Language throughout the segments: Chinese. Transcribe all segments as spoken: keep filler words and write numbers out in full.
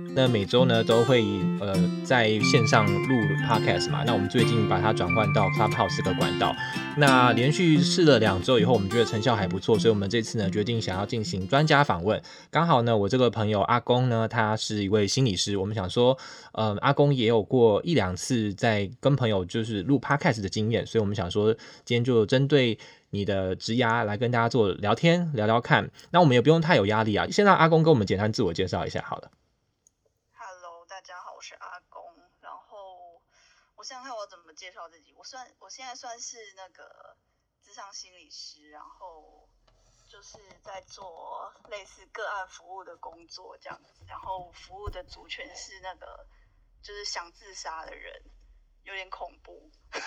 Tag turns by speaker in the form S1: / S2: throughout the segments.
S1: 那每周呢都会呃在线上录 podcast 嘛，那我们最近把它转换到 Clubhouse 这个管道，那连续试了两周以后，我们觉得成效还不错，所以我们这次呢决定想要进行专家访问。刚好呢，我这个朋友阿公呢，他是一位心理师，我们想说，呃，阿公也有过一两次在跟朋友就是录 podcast 的经验，所以我们想说，今天就针对你的职涯来跟大家做聊天聊聊看。那我们也不用太有压力啊，先让阿公跟我们简单自我介绍一下好了。
S2: Hello， 大家好，我是阿公。然后我想想看我怎么介绍自己。我算我现在算是那个諮商心理师，然后就是在做类似个案服务的工作这样子。然后服务的族群是那个就是想自杀的人，有点恐怖。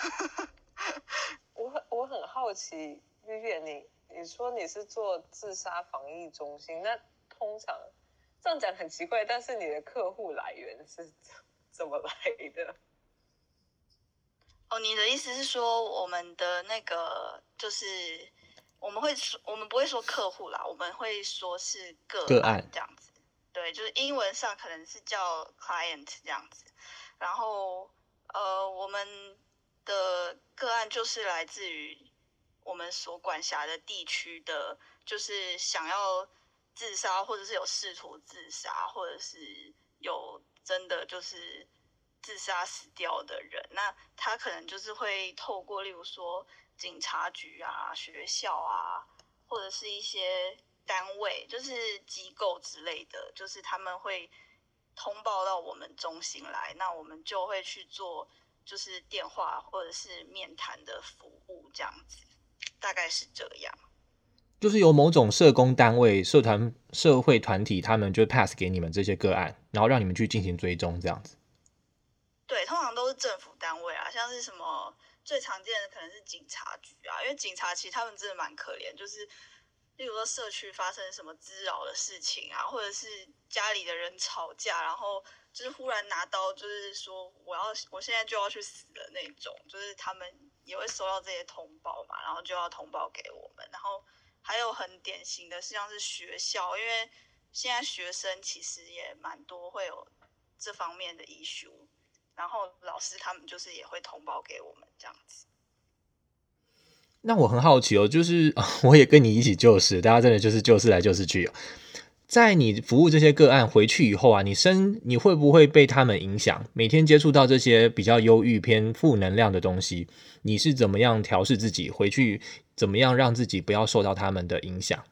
S3: 我很我很好奇 Vivian， 你你说你是做自杀防疫中心，那通常这样讲很奇怪，但是你的客户来源是怎么来的？
S2: 哦，你的意思是说我们的那个就是我们会说我们不会说客户啦，我们会说是个案这样子。对，就是英文上可能是叫 client 这样子。然后呃，我们的个案就是来自于我们所管辖的地区的，就是想要自杀，或者是有试图自杀，或者是有真的就是自杀死掉的人，那他可能就是会透过例如说警察局啊、学校啊，或者是一些单位，就是机构之类的，就是他们会通报到我们中心来，那我们就会去做就是电话或者是面谈的服务这样子，大概是这样。
S1: 就是由某种社工单位、社团、社会团体，他们就 pass 给你们这些个案，然后让你们去进行追踪，这样子。
S2: 对，通常都是政府单位啊，像是什么最常见的可能是警察局啊，因为警察其实他们真的蛮可怜，就是例如说社区发生什么滋扰的事情啊，或者是家里的人吵架，然后就是忽然拿刀，就是说我要我现在就要去死的那种，就是他们也会收到这些通报嘛，然后就要通报给我们。然后还有很典型的像是学校，因为现在学生其实也蛮多会有这方面的 issue， 然后老师他们就是也会通报给我们这样子。
S1: 那我很好奇哦，就是我也跟你一起救世，大家真的就是救世来救世去哦。在你服务这些个案回去以后啊，你身你会不会被他们影响？每天接触到这些比较忧郁、偏负能量的东西，你是怎么样调试自己？回去怎么样让自己不要受到他们的影响？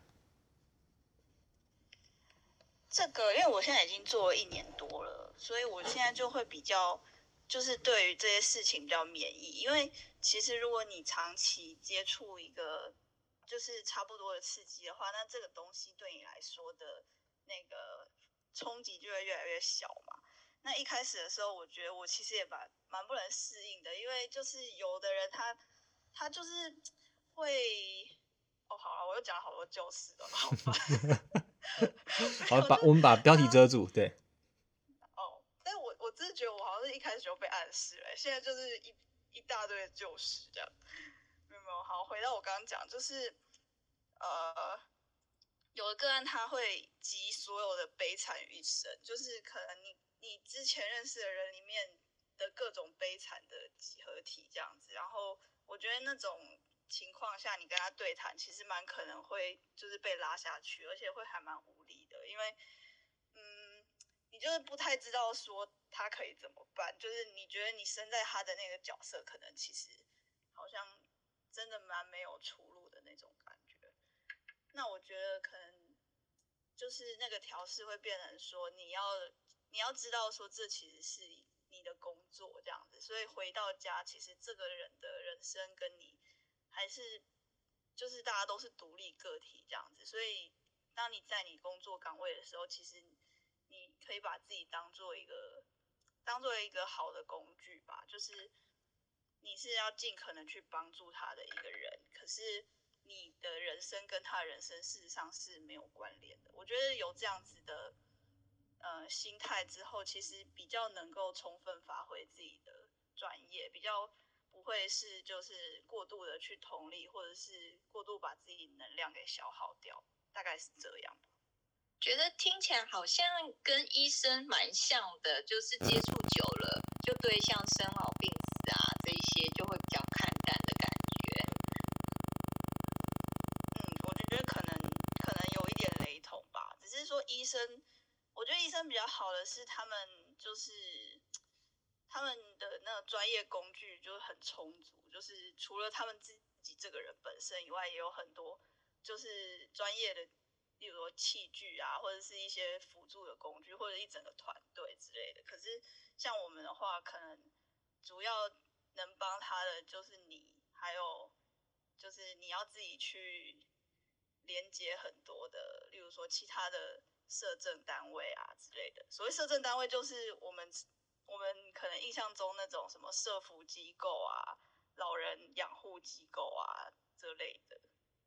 S2: 这个，因为我现在已经做了一年多了，所以我现在就会比较，就是对于这些事情比较免疫。因为其实如果你长期接触一个就是差不多的刺激的话，那这个东西对你来说的那个冲击就会越来越小嘛。那一开始的时候，我觉得我其实也蛮蛮不能适应的，因为就是有的人他他就是会，哦，好了，我又讲了好多旧事了，好烦。
S1: 好，把我们把标题遮住，对。
S2: 哦，但我我真的觉得我好像是一开始就被暗示了，现在就是一一大堆的旧事这样。没有没有，好，回到我刚刚讲，就是呃，有的个案他会集所有的悲惨于一身，就是可能你你之前认识的人里面的各种悲惨的集合体这样子，然后我觉得那种情况下你跟他对谈，其实蛮可能会就是被拉下去，而且会还蛮无力的，因为嗯，你就是不太知道说他可以怎么办，就是你觉得你身在他的那个角色，可能其实好像真的蛮没有出路的那种感觉。那我觉得可能就是那个调试会变成说，你要你要知道说这其实是你的工作这样子，所以回到家，其实这个人的人生跟你还是就是大家都是独立个体这样子，所以当你在你工作岗位的时候，其实你可以把自己当做一个当做一个好的工具吧，就是你是要尽可能去帮助他的一个人，可是你的人生跟他的人生事实上是没有关联的。我觉得有这样子的呃心态之后，其实比较能够充分发挥自己的专业，比较不会是就是过度的去同理，或者是过度把自己能量给消耗掉，大概是这样。
S4: 觉得听起来好像跟医生蛮像的，就是接触久了，就对像生老病死啊这一些就会比较看淡的感觉。
S2: 嗯，我觉得可能可能有一点雷同吧，只是说医生，我觉得医生比较好的是他们就是他们的那个专业工具就很充足，就是除了他们自己这个人本身以外，也有很多就是专业的。例如说器具啊，或者是一些辅助的工具，或者一整个团队之类的。可是像我们的话，可能主要能帮他的就是你，还有就是你要自己去连接很多的，例如说其他的社政单位啊之类的。所谓社政单位，就是我们我们可能印象中那种什么社福机构啊、老人养护机构啊这类的。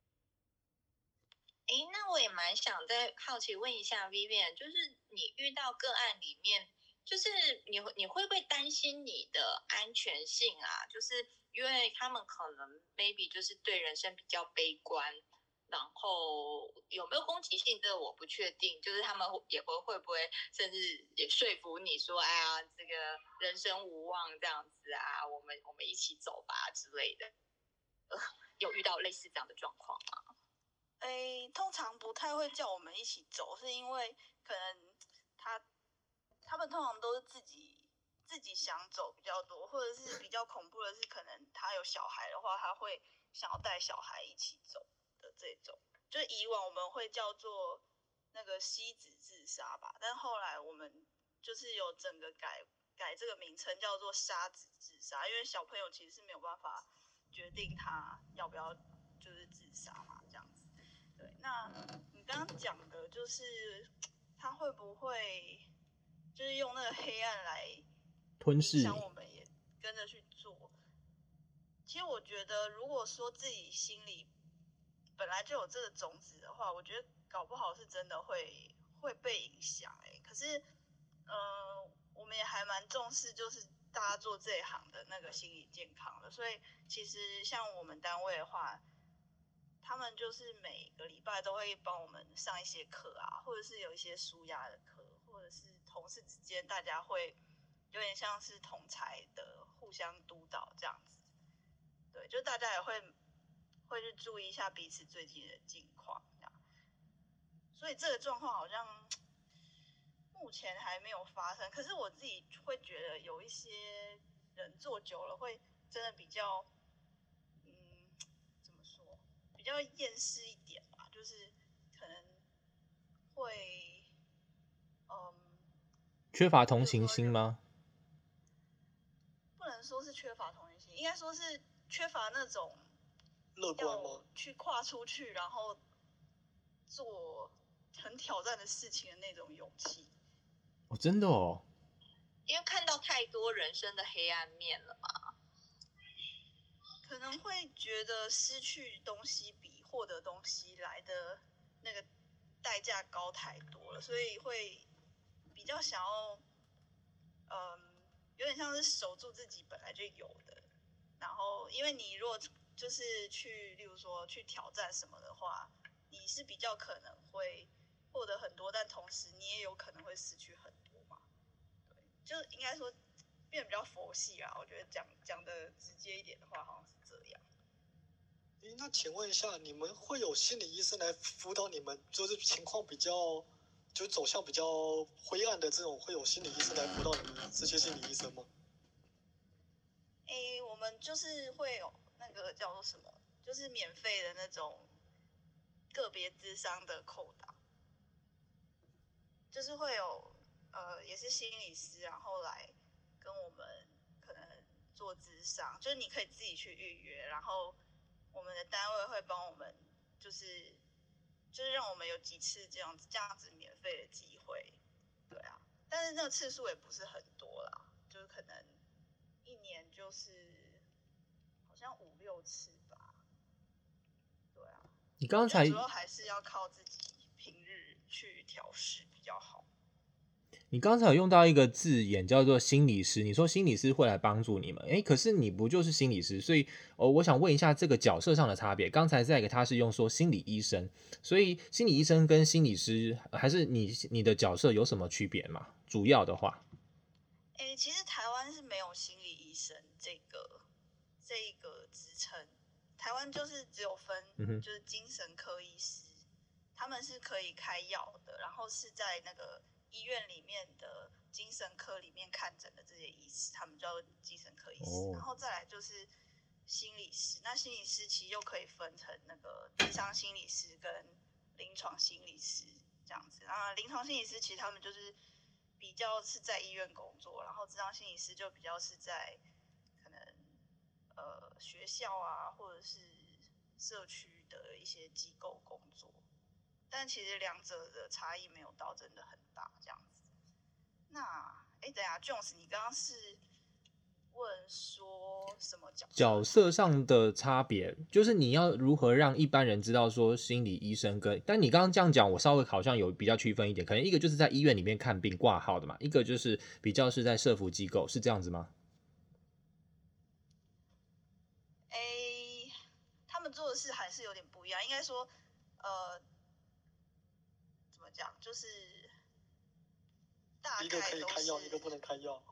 S4: 哎，那我也蛮想再好奇问一下 Vivian， 就是你遇到个案里面，就是你你会不会担心你的安全性啊？就是因为他们可能 maybe 就是对人生比较悲观，然后有没有攻击性，这个我不确定。就是他们也会会不会甚至也说服你说，哎呀，这个人生无望这样子啊，我们我们一起走吧之类的。呃，有遇到类似这样的状况吗？
S2: 诶，通常不太会叫我们一起走，是因为可能他他们通常都是自己自己想走比较多，或者是比较恐怖的是，可能他有小孩的话，他会想要带小孩一起走的这种。就是以往我们会叫做那个吸子自杀吧，但后来我们就是有整个改改这个名称叫做杀子自杀，因为小朋友其实是没有办法决定他要不要就是自杀嘛，这样子。对，那你刚刚讲的就是他会不会就是用那个黑暗来
S1: 吞噬你？
S2: 影响我们也跟着去做。其实我觉得，如果说自己心里本来就有这个种子的话，我觉得搞不好是真的会会被影响哎、欸。可是，呃，我们也还蛮重视，就是大家做这一行的那个心理健康的。所以，其实像我们单位的话，他们就是每个礼拜都会帮我们上一些课啊，或者是有一些抒压的课，或者是同事之间大家会有点像是同才的互相督导这样子。对，就大家也会会去注意一下彼此最近的近况，这样。所以这个状况好像目前还没有发生，可是我自己会觉得有一些人做久了会真的比较，嗯，怎么说，比较厌世一点吧，就是可能会，嗯，
S1: 缺乏同情心吗？
S2: 不能说是缺乏同情心，应该说是缺乏那种
S5: 乐观吗？
S2: 去跨出去，然后做很挑战的事情的那种勇气。
S1: 哦，真的哦。
S4: 因为看到太多人生的黑暗面了嘛，
S2: 可能会觉得失去东西比获得东西来的那个代价高太多了，所以会比较想要，嗯，有点像是守住自己本来就有的。然后，因为你如果就是去，例如说去挑战什么的话，你是比较可能会获得很多，但同时你也有可能会失去很多嘛。对，就应该说变得比较佛系啦。我觉得讲讲的直接一点的话，好像是这样。
S5: 那请问一下，你们会有心理医生来辅导你们，就是情况比较，就走向比较灰暗的这种，会有心理医生来辅导你们这些心理医生吗？
S2: 诶，我们就是会有那个叫做什么，就是免费的那种个别諮商的扣打，就是会有呃，也是心理师，然后来跟我们可能做諮商，就是你可以自己去预约，然后我们的单位会帮我们，就是就是让我们有几次这样子这样子免费的机会，对啊，但是那个次数也不是很多啦，就是可能一年就是好像五六次吧，对啊。
S1: 你刚才
S2: 主要还是要靠自己平日去调试比较好。
S1: 你刚才有用到一个字眼叫做心理师，你说心理师会来帮助你们，诶，可是你不就是心理师？所以哦，我想问一下这个角色上的差别。刚才在给他是用说心理医生，所以心理医生跟心理师还是你你的角色有什么区别吗？主要的话，
S2: 诶，其实台湾是没有心理医生这个这一个职称，台湾就是只有分就是精神科医师，他们是可以开药的，然后是在那个医院里面的精神科里面看诊的这些医师，他们叫精神科医师。哦、然后再来就是心理师，那心理师其实又可以分成那个諮商心理师跟临床心理师这样子。然后临床心理师其实他们就是比较是在医院工作，然后諮商心理师就比较是在可能呃学校啊或者是社区的一些机构工作。但其实两者的差异没有到真的很大，这样子。那，哎，等一下 ，Jones， 你刚刚是问说什么角色？
S1: 角色上的差别，就是你要如何让一般人知道说心理医生跟……但你刚刚这样讲，我稍微好像有比较区分一点，可能一个就是在医院里面看病挂号的嘛，一个就是比较是在社福机构，是这样子吗？
S2: 哎，他们做的事还是有点不一样，应该说，呃。讲就是大概
S5: 一个可以开药，一个不能开药。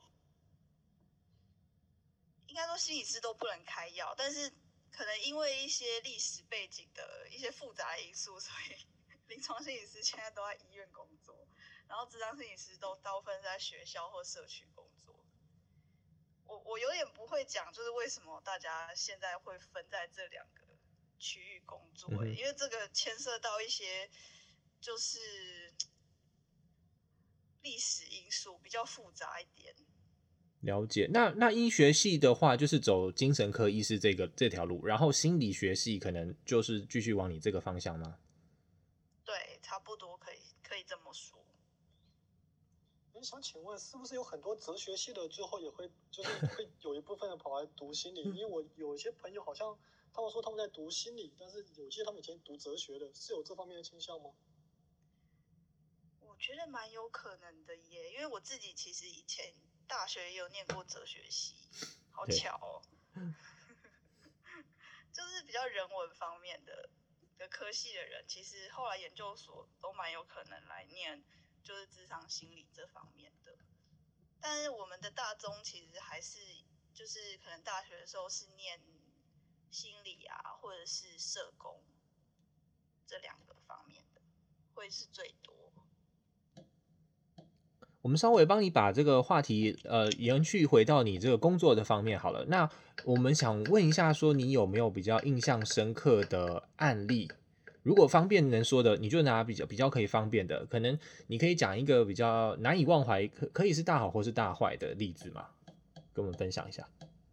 S2: 应该说心理师都不能开药，但是可能因为一些历史背景的一些复杂的因素，所以临床心理师现在都在医院工作，然后諮商心理师都大部分在学校或社区工作。我我有点不会讲，就是为什么大家现在会分在这两个区域工作、欸嗯，因为这个牵涉到一些。就是历史因素比较复杂一点。
S1: 了解。那那医学系的话，就是走精神科医师这个这条路，然后心理学系可能就是继续往你这个方向吗？
S2: 对，差不多可以可以这么说。
S5: 你想请问，是不是有很多哲学系的最后也会就是会有一部分人跑来读心理？因为我有一些朋友好像他们说他们在读心理，但是有些他们以前读哲学的，是有这方面的倾向吗？
S2: 我觉得蛮有可能的耶，因为我自己其实以前大学也有念过哲学系，好巧哦。就是比较人文方面的的科系的人，其实后来研究所都蛮有可能来念，就是諮商心理这方面的。但是我们的大宗其实还是就是可能大学的时候是念心理啊，或者是社工这两个方面的，会是最多。
S1: 我们稍微帮你把这个话题呃延续回到你这个工作的方面好了。那我们想问一下，说你有没有比较印象深刻的案例？如果方便能说的，你就拿比较比较可以方便的，可能你可以讲一个比较难以忘怀，可可以是大好或是大坏的例子吗？跟我们分享一下。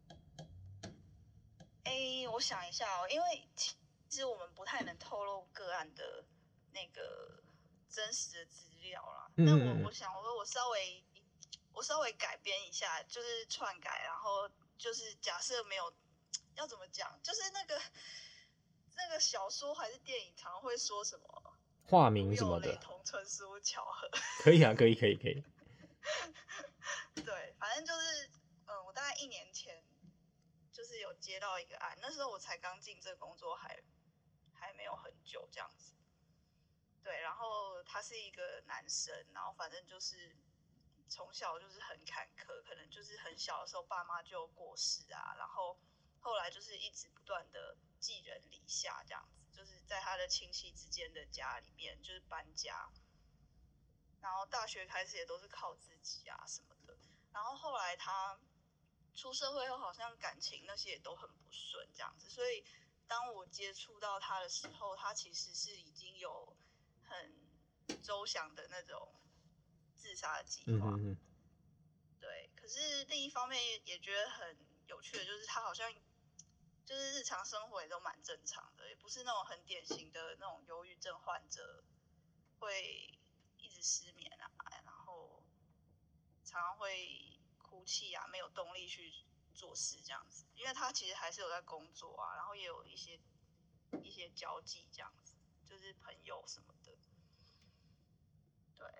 S2: 哎，我想一下哦，因为其实我们不太能透露个案的那个真实的资料啦。但我我想我我稍微我稍微改编一下，就是篡改，然后就是假设没有要怎么讲，就是那个那个小说还是电影常会说什么
S1: 化名什么的，
S2: 雷同纯属巧合。
S1: 可以啊，可以可以可以。
S2: 对，反正就是嗯，我大概一年前就是有接到一个案，那时候我才刚进这个工作还，还还没有很久这样子。对，然后他是一个男生，然后反正就是从小就是很坎坷，可能就是很小的时候爸妈就过世啊，然后后来就是一直不断的寄人篱下这样子，就是在他的亲戚之间的家里面就是搬家，然后大学开始也都是靠自己啊什么的，然后后来他出社会后好像感情那些也都很不顺这样子，所以当我接触到他的时候，他其实是已经有很周详的那种自杀的计划。嗯嗯对，可是另一方面也觉得很有趣的就是他好像就是日常生活也都蛮正常的，也不是那种很典型的那种忧郁症患者会一直失眠啊，然后常常会哭泣啊，没有动力去做事这样子，因为他其实还是有在工作啊，然后也有一些一些交际这样子，就是朋友什么的。对，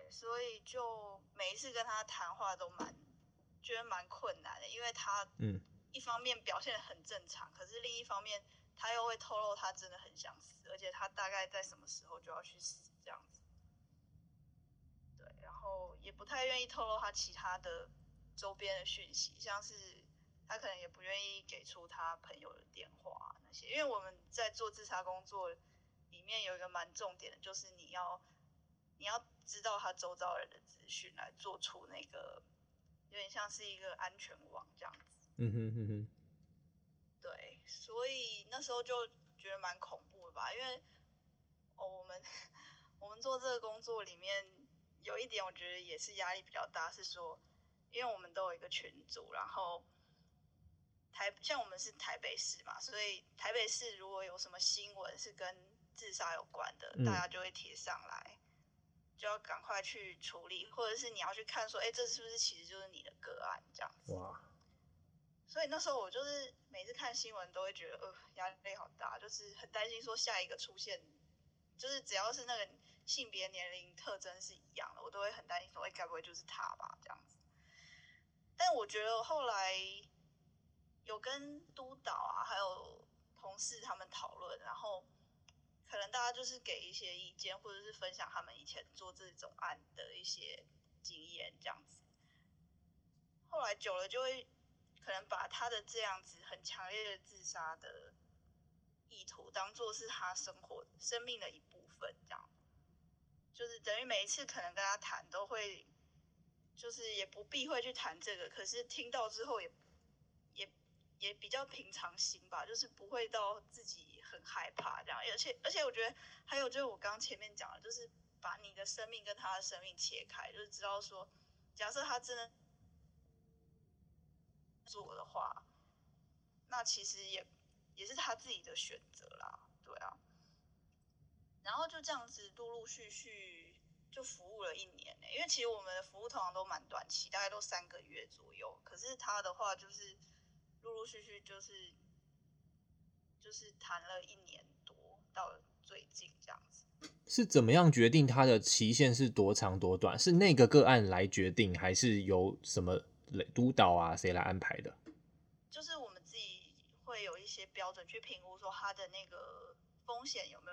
S2: 所以就每一次跟他谈话都蛮觉得蛮困难的，因为他
S1: 嗯
S2: 一方面表现得很正常，可是另一方面他又会透露他真的很想死，而且他大概在什么时候就要去死这样子。对，然后也不太愿意透露他其他的周边的讯息，像是他可能也不愿意给出他朋友的电话、啊、那些，因为我们在做自杀工作里面有一个蛮重点的，就是你要你要知道他周遭人的资讯，来做出那个有点像是一个安全网这样子。
S1: 嗯哼哼哼，
S2: 对，所以那时候就觉得蛮恐怖的吧，因为哦，我们我们做这个工作里面有一点，我觉得也是压力比较大，是说，因为我们都有一个群组，然后台像我们是台北市嘛，所以台北市如果有什么新闻是跟自杀有关的，
S1: 嗯
S2: 大家就会贴上来，就要赶快去处理，或者是你要去看说，哎，这是不是其实就是你的个案这样子。
S1: 哇，
S2: 所以那时候我就是每次看新闻都会觉得，呃，压力好大，就是很担心说下一个出现，就是只要是那个性别、年龄特征是一样的，我都会很担心说，哎，该不会就是他吧这样子。但我觉得后来有跟督导啊，还有同事他们讨论，然后可能大家就是给一些意见，或者是分享他们以前做这种案的一些经验这样子。后来久了就会可能把他的这样子很强烈的自杀的意图当作是他生活生命的一部分，这样就是等于每一次可能跟他谈都会，就是也不避讳去谈这个，可是听到之后也也也比较平常心吧，就是不会到自己很害怕这样，而且而且我觉得还有就是我刚前面讲的，就是把你的生命跟他的生命切开，就是知道说，假设他真的做的话，那其实也也是他自己的选择啦，对啊。然后就这样子陆陆续续就服务了一年呢、欸，因为其实我们的服务通常都蛮短期，大概都三个月左右。可是他的话就是陆陆续续就是就是谈了一年多，到最近这样子。
S1: 是怎么样决定它的期限是多长多短？是那个个案来决定，还是由什么督导啊谁来安排的？
S2: 就是我们自己会有一些标准去评估，说他的那个风险有没有。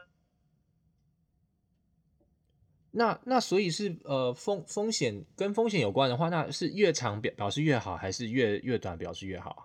S1: 那那所以是呃风风险跟风险有关的话，那是越长表表示越好，还是越越短表示越好啊？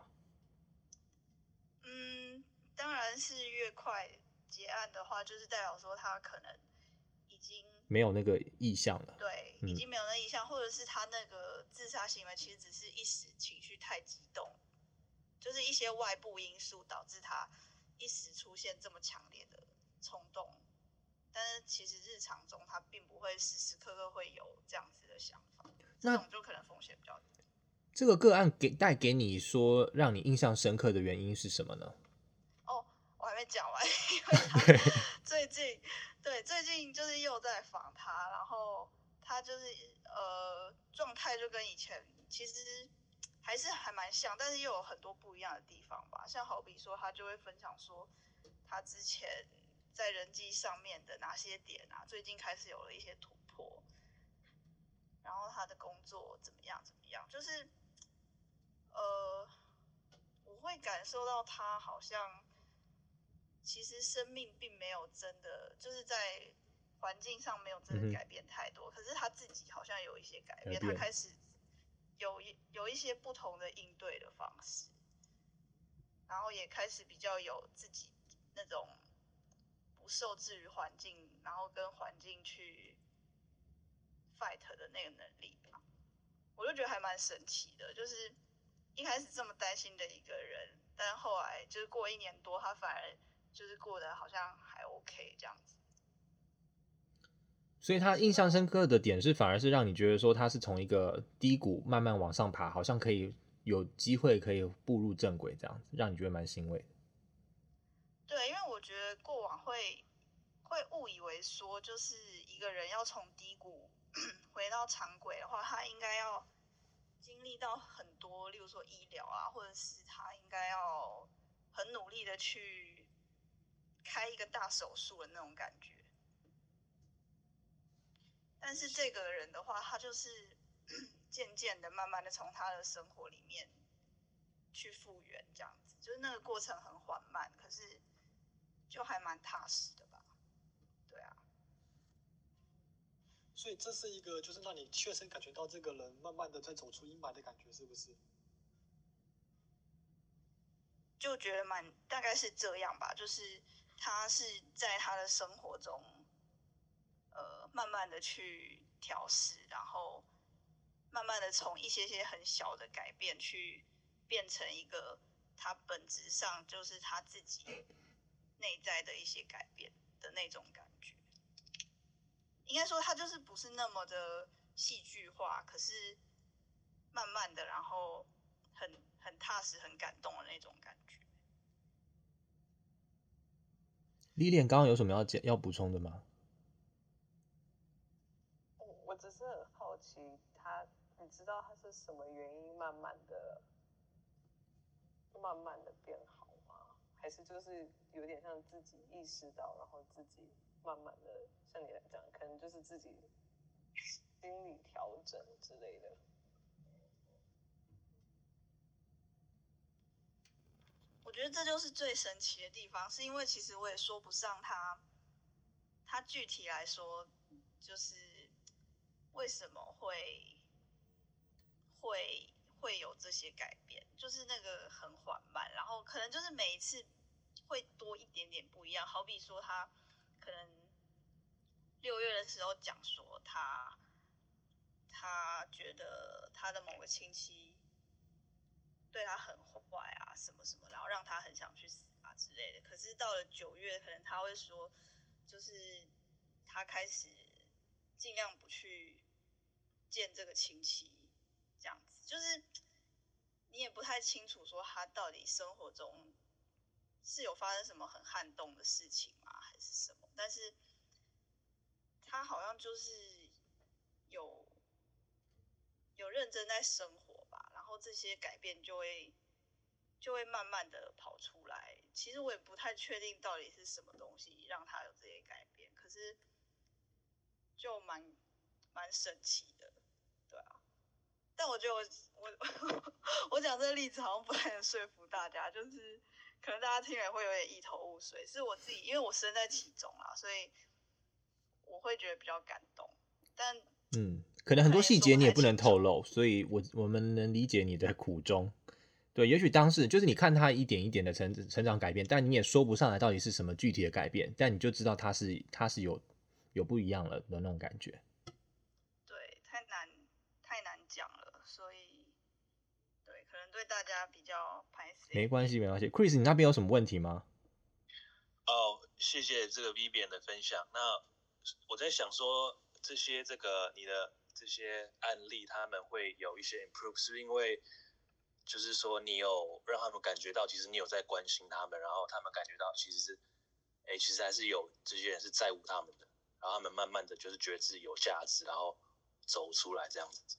S2: 嗯，当然是越快结案的话，就是代表说他可能已经
S1: 没有那个意向了。
S2: 对，
S1: 嗯
S2: 已经没有那意向，或者是他那个自杀行为其实只是一时情绪太激动，就是一些外部因素导致他一时出现这么强烈的冲动。但是其实日常中他并不会时时刻刻会有这样子的想法，这种就可能风险比较低。
S1: 这个个案给带给你说让你印象深刻的原因是什么呢？
S2: 哦，我还没讲完，因为他最近对最近就是又在访他，然后他就是呃状态就跟以前其实还是还蛮像，但是又有很多不一样的地方吧。像好比说他就会分享说他之前在人际上面的哪些点啊，最近开始有了一些突破，然后他的工作怎么样怎么样，就是呃，我会感受到他好像其实生命并没有真的就是在环境上没有真的改变太多，嗯、可是他自己好像有一些改变，改变他开始有有一些不同的应对的方式，然后也开始比较有自己那种不受制于环境，然后跟环境去 fight 的那个能力吧。我就觉得还蛮神奇的，就是一开始这么担心的一个人，但后来就是过一年多，他反而就是过得好像还 OK 这样子。
S1: 所以他印象深刻的点是，反而是让你觉得说他是从一个低谷慢慢往上爬，好像可以有机会可以步入正轨，这样子让你觉得蛮欣慰的。
S2: 对，因为我觉得过往会会误以为说，就是一个人要从低谷回到常轨的话，他应该要经历到很多，例如说医疗啊，或者是他应该要很努力的去开一个大手术的那种感觉。 但是这个人的话，他就是渐渐的、慢慢的从他的生活里面去复原，这样子，就是那个过程很缓慢，可是就还蛮踏实的吧。对啊。
S5: 所以这是一个就是让你切身感觉到这个人慢慢的在走出阴霾的感觉，是不是？
S2: 就觉得蛮大概是这样吧，就是他是在他的生活中，呃，慢慢的去调试，然后慢慢的从一些些很小的改变去变成一个他本质上就是他自己内在的一些改变的那种感觉。应该说他就是不是那么的戏剧化，可是慢慢的，然后很很踏实、很感动的那种感觉。
S1: Lilian刚刚有什么要讲要补充的吗？
S3: 我只是很好奇他，你知道他是什么原因慢慢的、慢慢的变好吗？还是就是有点像自己意识到，然后自己慢慢的，像你来讲，可能就是自己心理调整之类的。
S2: 我觉得这就是最神奇的地方，是因为其实我也说不上他，他具体来说就是为什么会会会有这些改变，就是那个很缓慢，然后可能就是每一次会多一点点不一样。好比说他可能六月的时候讲说他他觉得他的某个亲戚对他很坏啊，什么什么，然后让他很想去死啊之类的。可是到了九月，可能他会说，就是他开始尽量不去见这个亲戚，这样子，就是你也不太清楚说他到底生活中是有发生什么很撼动的事情吗，还是什么？但是他好像就是有有认真在生活吧，然后这些改变就会就会慢慢的跑出来。其实我也不太确定到底是什么东西让他有这些改变，可是就蛮蛮神奇的，对啊。但我觉得我我我讲这个例子好像不太能说服大家，就是可能大家听了会有点一头雾水。是我自己，因为我身在其中啦，所以我会觉得比较感动。但
S1: 嗯，可能很多细节你也不能透露，所以我我们能理解你的苦衷。对，也许当时就是你看他一点一点的成成长改变，但你也说不上来到底是什么具体的改变，但你就知道他是他是有有不一样了的那种感觉。
S2: 对，太难太难讲了，所以对，可能对大家比较排斥。
S1: 没关系，没关系。Chris， 你那边有什么问题吗？
S6: 哦，谢谢这个 Vivian 的分享。那我在想说，这些这个你的这些案例，他们会有一些 improve， 是因为就是说你有让他们感觉到，其实你有在关心他们，然后他们感觉到其实是，哎，其实还是有这些人是在乎他们的，然后他们慢慢的就是觉得自己有价值，然后走出来这样子。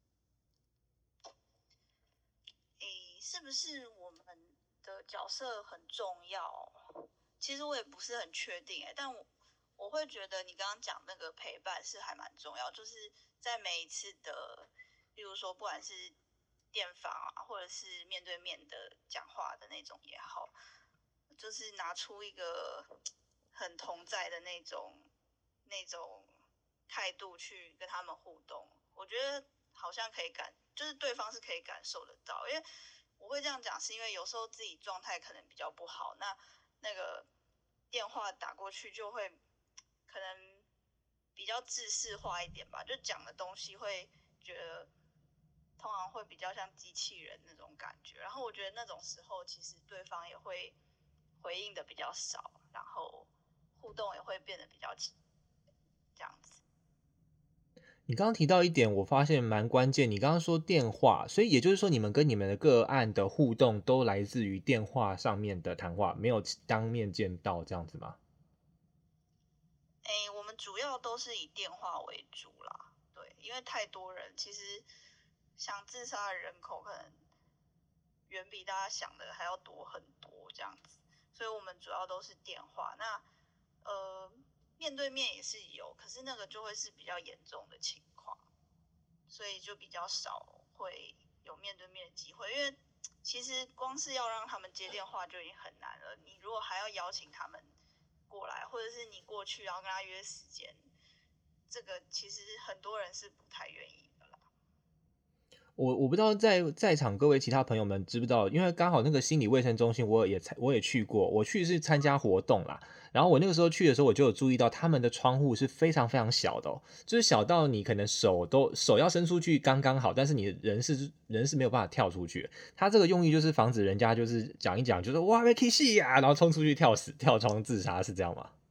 S2: 诶，是不是我们的角色很重要？其实我也不是很确定诶，但我我会觉得你刚刚讲那个陪伴是还蛮重要，就是在每一次的，例如说不管是电访啊，或者是面对面的讲话的那种也好，就是拿出一个很同在的那种那种态度去跟他们互动，我觉得好像可以感，就是对方是可以感受得到。因为我会这样讲，是因为有时候自己状态可能比较不好，那那个电话打过去就会可能比较制式化一点吧，就讲的东西会觉得通常会比较像机器人那种感觉。然后我觉得那种时候，其实对方也会回应的比较少，然后互动也会变得比较这样子。
S1: 你刚刚提到一点，我发现蛮关键。你刚刚说电话，所以也就是说，你们跟你们的个案的互动都来自于电话上面的谈话，没有当面见到这样子吗？
S2: 哎，我们主要都是以电话为主啦，对，因为太多人，其实想自杀的人口可能远比大家想的还要多很多这样子，所以我们主要都是电话。那呃， 面对面也是有，可是那个就会是比较严重的情况，所以就比较少会有面对面的机会。因为其实光是要让他们接电话就已经很难了，你如果还要邀请他们过来，或者是你过去然后跟他约时间，这个其实很多人是不太愿意的啦。
S1: 我我不知道在在场各位其他朋友们知不知道，因为刚好那个心理卫生中心我也我也去过，我去是参加活动啦。然后我那个时候去的时候，我就有注意到他们的窗户是非常非常小的哦，就是小到你可能手都手要伸出去刚刚好，但是你人是人是没有办法跳出去的。他这个用意就是防止人家就是讲一讲，就是哇被 kiss 呀，然后冲出去跳死跳窗自杀，是这样吗？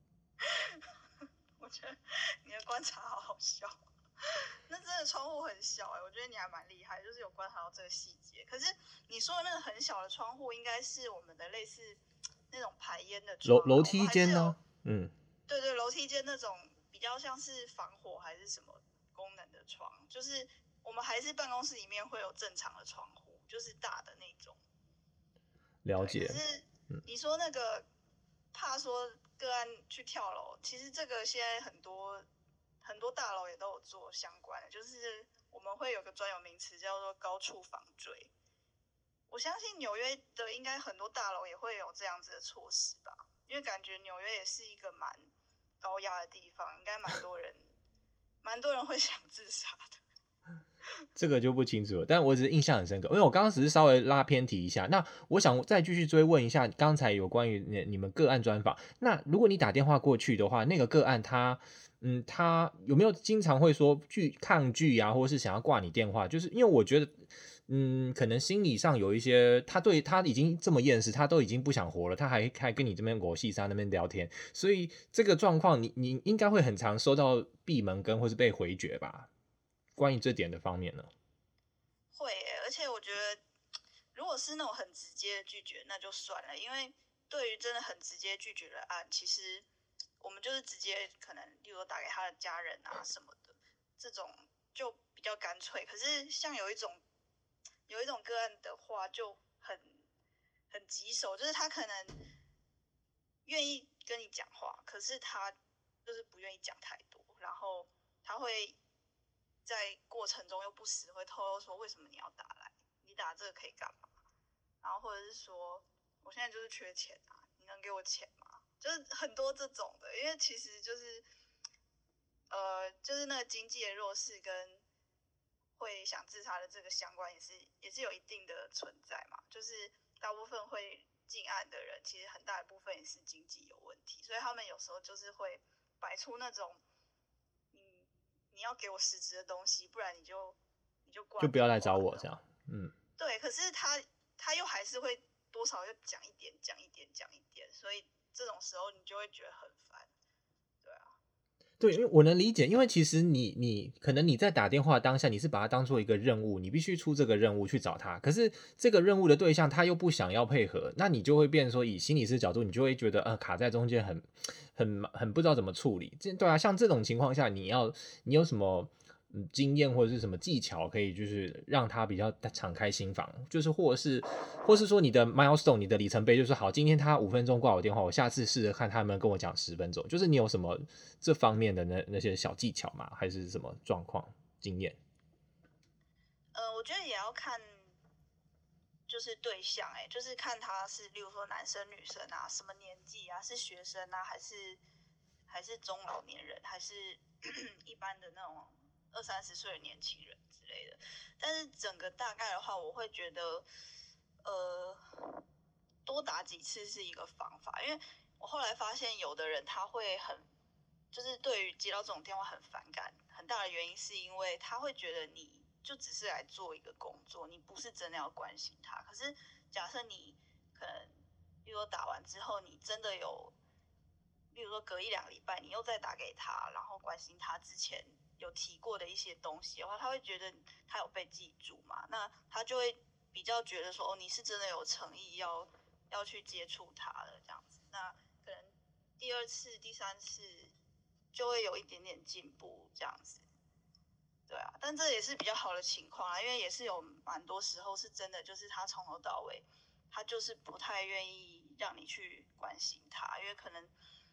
S2: 我觉得你的观察好好笑。那真的窗户很小哎、欸，我觉得你还蛮厉害，就是有观察到这个细节。可是你说的那个很小的窗户，应该是我们的类似那种排烟的窗、啊，
S1: 楼楼梯间呢？嗯，
S2: 对对，楼梯间那种比较像是防火还是什么功能的窗，就是我们还是办公室里面会有正常的窗户，就是大的那种。
S1: 了解。
S2: 可是你说那个怕说个案去跳楼，其实这个现在很多很多大楼也都有做相关的，就是我们会有个专有名词叫做高处防坠。我相信纽约的应该很多大楼也会有这样子的措施吧，因为感觉纽约也是一个蛮高压的地方，应该蛮多人蛮多人会想自杀的。
S1: 这个就不清楚了，但我只是印象很深刻，因为我刚刚只是稍微拉偏题一下。那我想再继续追问一下，刚才有关于你你们个案专访。那如果你打电话过去的话，那个个案他，嗯，他有没有经常会说拒抗拒啊，或是想要挂你电话？就是因为我觉得，嗯，可能心理上有一些，他对他已经这么厌世，他都已经不想活了，他还还跟你这边狗戏沙那边聊天，所以这个状况你你应该会很常收到闭门羹或是被回绝吧？关于这点的方面呢？
S2: 会耶，而且我觉得，如果是那种很直接的拒绝，那就算了，因为对于真的很直接拒绝的案，其实我们就是直接可能，例如打给他的家人啊什么的，这种就比较干脆。可是像有一种有一种个案的话，就很很棘手，就是他可能愿意跟你讲话，可是他就是不愿意讲太多，然后他会在过程中又不时会透露说为什么你要打来，你打这个可以干嘛？然后或者是说我现在就是缺钱啊，你能给我钱吗？就是很多这种的，因为其实就是呃，就是那个经济的弱势跟会想自杀的这个相关也是也是有一定的存在嘛，就是大部分会进案的人，其实很大一部分也是经济有问题，所以他们有时候就是会摆出那种你你要给我实质的东西，不然你就你就挂，
S1: 就不要来找我这样。嗯，
S2: 对，可是他他又还是会多少又讲一点讲一点讲一点，所以这种时候你就会觉得很烦。对啊，
S1: 对，因为我能理解，因为其实你你可能你在打电话当下，你是把它当做一个任务，你必须出这个任务去找他，可是这个任务的对象他又不想要配合，那你就会变成说，以心理师角度，你就会觉得呃卡在中间很很很不知道怎么处理。这对啊，像这种情况下，你要你有什么嗯经验或者是什么技巧，可以就是让他比较敞开心房，就是或是或是说你的 milestone 你的里程碑，就是好，今天他五分钟挂我电话，我下次试着看他们跟我讲十分钟，就是你有什么这方面的那那些小技巧吗？还是什么状况经验？
S2: 呃，我觉得也要看就是对象、欸，哎，就是看他是例如说男生女生啊，什么年纪啊，是学生啊，还是还是中老年人，还是一般的那种二三十岁的年轻人之类的。但是整个大概的话，我会觉得，呃，多打几次是一个方法，因为我后来发现有的人他会很，就是对于接到这种电话很反感，很大的原因是因为他会觉得你就只是来做一个工作，你不是真的要关心他。可是假设你可能，比如说打完之后，你真的有，例如说隔一两个礼拜，你又再打给他，然后关心他之前有提过的一些东西的话，他会觉得他有被记住嘛，那他就会比较觉得说，哦，你是真的有诚意要要去接触他的这样子。那可能第二次、第三次就会有一点点进步这样子。对啊，但这也是比较好的情况啊，因为也是有蛮多时候是真的，就是他从头到尾，他就是不太愿意让你去关心他，因为可能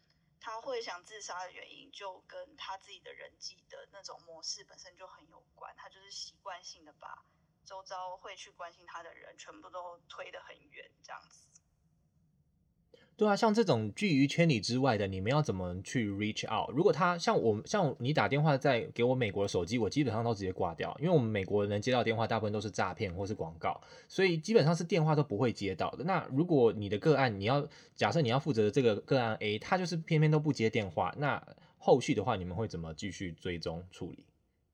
S2: 他会想自杀的原因，就跟他自己的人际的那种模式本身就很有关。他就是习惯性的把周遭会去关心他的人全部都推得很远，这样子。
S1: 对啊，像这种距于千里之外的，你们要怎么去 reach out？ 如果他像我像你打电话在给我美国的手机，我基本上都直接挂掉，因为我们美国人接到电话大部分都是诈骗或是广告，所以基本上是电话都不会接到的。那如果你的个案，你要假设你要负责的这个个案 A， 他就是偏偏都不接电话，那后续的话你们会怎么继续追踪处理？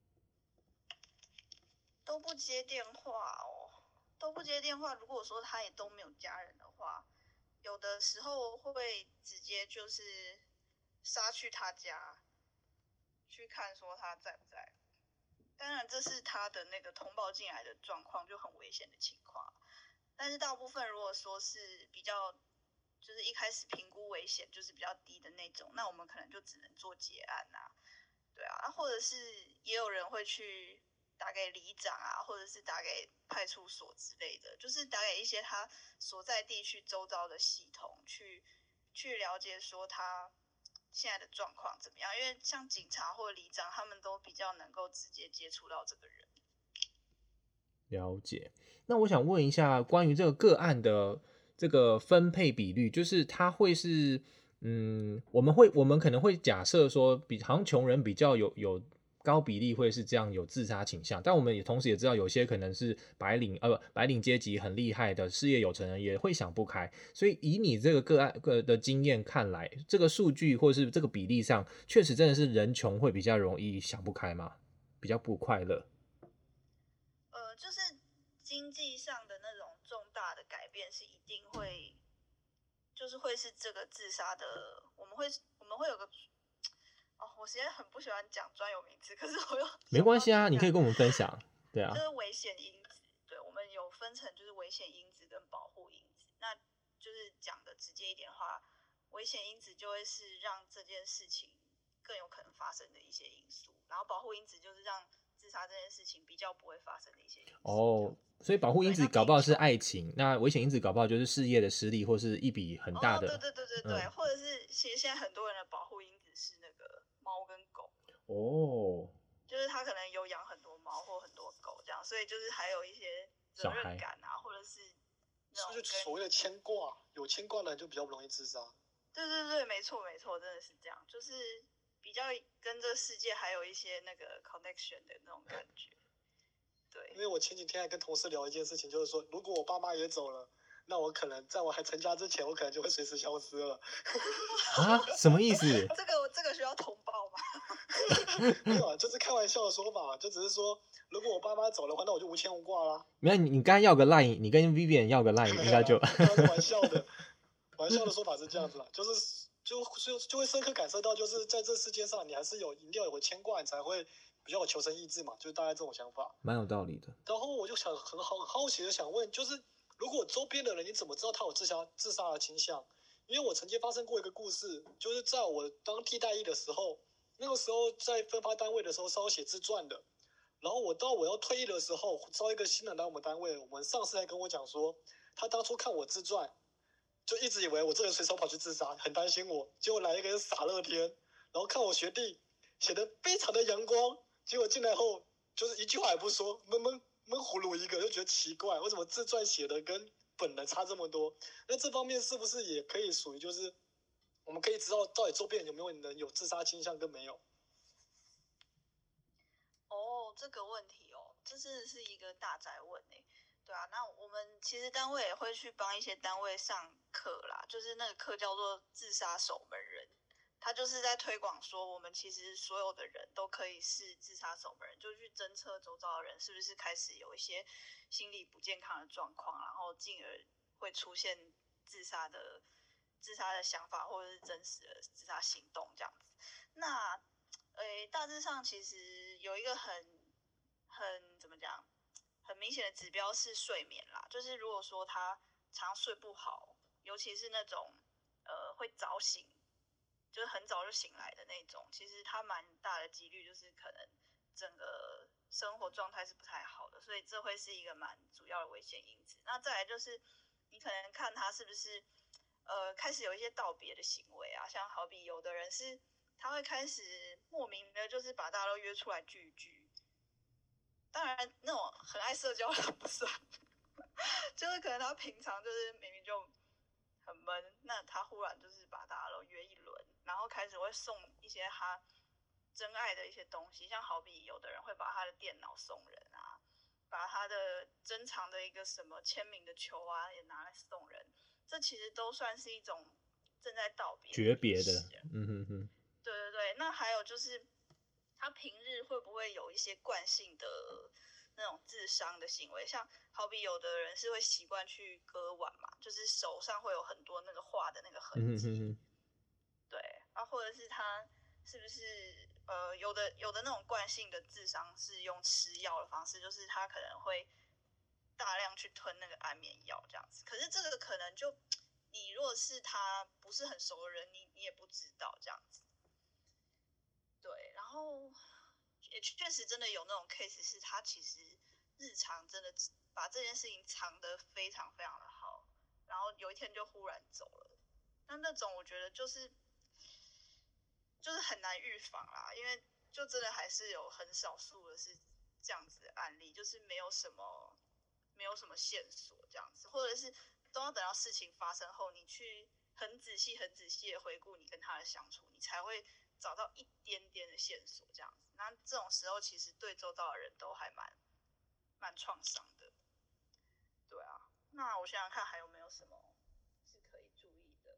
S2: 都不接电话哦，都不接电话。如果说他也都没有家人的话，有的时候会直接就是杀去他家，去看说他在不在。当然，这是他的那个通报进来的状况，就很危险的情况。但是大部分如果说是比较，就是一开始评估危险就是比较低的那种，那我们可能就只能做结案啊，对啊，或者是也有人会去打给里长啊，或者是打给派出所之类的，就是打给一些他所在地区周遭的系统，去去了解说他现在的状况怎么样。因为像警察或里长，他们都比较能够直接接触到这个人。
S1: 了解。那我想问一下，关于这个个案的这个分配比率，就是它会是，嗯，我们会我们可能会假设说，比好像穷人比较有有。高比例会是这样有自杀倾向，但我们也同时也知道有些可能是白领呃不白领阶级很厉害的事业有成人也会想不开，所以以你这个个案个的经验看来，这个数据或是这个比例上，确实真的是人穷会比较容易想不开吗？比较不快乐？
S2: 呃，就是经济上的那种重大的改变是一定会，就是会是这个自杀的，我们会我们会有个。哦，我实在很不喜欢讲专有名词，可是我又
S1: 没关系啊，你可以跟我们分享，对啊，
S2: 就是危险因子，对，我们有分成就是危险因子跟保护因子，那就是讲的直接一点的话，危险因子就会是让这件事情更有可能发生的一些因素，然后保护因子就是让自杀这件事情比较不会发生的一些因素。
S1: 哦，所以保护因子搞不好是爱情，那危险因子搞不好就是事业的失利，或是一笔很大的。
S2: 哦，对对对对对，嗯、或者是其实现在很多人的保护因子是那个猫跟狗。
S1: 哦。
S2: 就是他可能有养很多猫或很多狗这样，所以就是还有一些责任感啊，或者是那种
S5: 就是所谓的牵挂，有牵挂的人就比较不容易自杀。
S2: 对对对，没错没错，真的是这样，就是比较跟这个世界还有一些那个 connection 的那种感觉。对，
S5: 因为我前几天还跟同事聊一件事情，就是说，如果我爸妈也走了，那我可能在我还成家之前，我可能就会随时消失了。
S1: 啊？什么意思？
S2: 这个这个需要通报吗？
S5: 没有啊，就是开玩笑的说法，就只是说，如果我爸妈走的话，那我就无牵无挂啦。
S1: 没有，你你刚刚要个 line， 你跟 Vivian 要个 line， 应该就
S5: 玩笑的，玩笑的说法是这样子啦，就是就就就会深刻感受到，就是在这世界上，你还是有一定要有个牵挂，你才会比较有求生意志嘛，就是大概这种想法，
S1: 蛮有道理的。
S5: 然后我就想很好好奇的想问，就是如果周边的人，你怎么知道他有自杀自杀的倾向？因为我曾经发生过一个故事，就是在我当替代役的时候。那个时候在分发单位的时候是要写自传的，然后我到我要退役的时候，招一个新人来我们单位，我们上司还跟我讲说，他当初看我自传，就一直以为我这个人随手跑去自杀，很担心我，结果来一个人傻乐天，然后看我学弟写的非常的阳光，结果进来后就是一句话也不说，闷闷闷葫芦一个，就觉得奇怪，为什么自传写的跟本人差这么多？那这方面是不是也可以属于就是？我们可以知道到底周边有没有人有自杀倾向跟没有？
S2: 哦，这个问题哦，这真的是一个大哉问哎。对啊，那我们其实单位也会去帮一些单位上课啦，就是那个课叫做自杀守门人，他就是在推广说，我们其实所有的人都可以是自杀守门人，就去侦测周遭的人是不是开始有一些心理不健康的状况，然后进而会出现自杀的。自杀的想法或者是真实的自杀行动这样子，那，诶，大致上其实有一个很很怎么讲，很明显的指标是睡眠啦，就是如果说他常睡不好，尤其是那种呃会早醒，就是很早就醒来的那种，其实他蛮大的几率就是可能整个生活状态是不太好的，所以这会是一个蛮主要的危险因子。那再来就是你可能看他是不是。 呃开始有一些道别的行为啊，像好比有的人是他会开始莫名的，就是把大家都约出来聚一聚。当然，那种很爱社交的不算，就是可能他平常就是明明就很闷，那他忽然就是把大家都约一轮，然后开始会送一些他真爱的一些东西，像好比有的人会把他的电脑送人啊，把他的珍藏的一个什么签名的球啊也拿来送人，这其实都算是一种正在道别
S1: 诀别的，嗯哼哼。
S2: 对对对，那还有就是。他平日会不会有一些惯性的那种自伤的行为？像好比有的人是会习惯去割腕嘛，就是手上会有很多那个划的那个痕迹。嗯、对啊，或者是他是不是呃有的有的那种惯性的自伤是用吃药的方式，就是他可能会大量去吞那个安眠药这样子。可是这个可能就你如果是他不是很熟的人，你你也不知道这样子。对，然后也确实真的有那种 case 是他其实日常真的把这件事情藏得非常非常的好，然后有一天就忽然走了。那那种我觉得就是就是很难预防啦，因为就真的还是有很少数的是这样子的案例，就是没有什么没有什么线索这样子，或者是都要等到事情发生后，你去很仔细很仔细的回顾你跟他的相处，你才会找到一点点的线索，这样子。那这种时候，其实对周遭的人都还蛮蛮创伤的。对啊，那我想想看还有没有什么是可以注意的。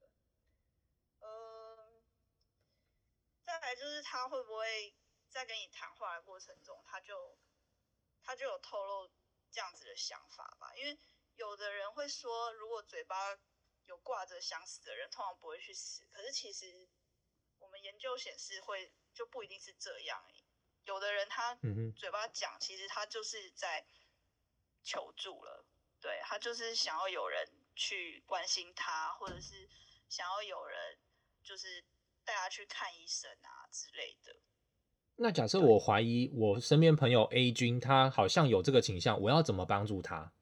S2: 嗯，再来就是他会不会在跟你谈话的过程中，他就他就有透露这样子的想法吧？因为有的人会说，如果嘴巴有挂着想死的人，通常不会去死。可是其实我们研究显示会就不一定是这样、欸、有的人他嘴巴讲，其实他就是在求助了，对，他就是想要有人去关心他，或者是想要有人就是带他去看医生啊之类的。
S1: 那假设我怀疑我身边朋友 A 君他好像有这个倾向，我要怎么帮助他？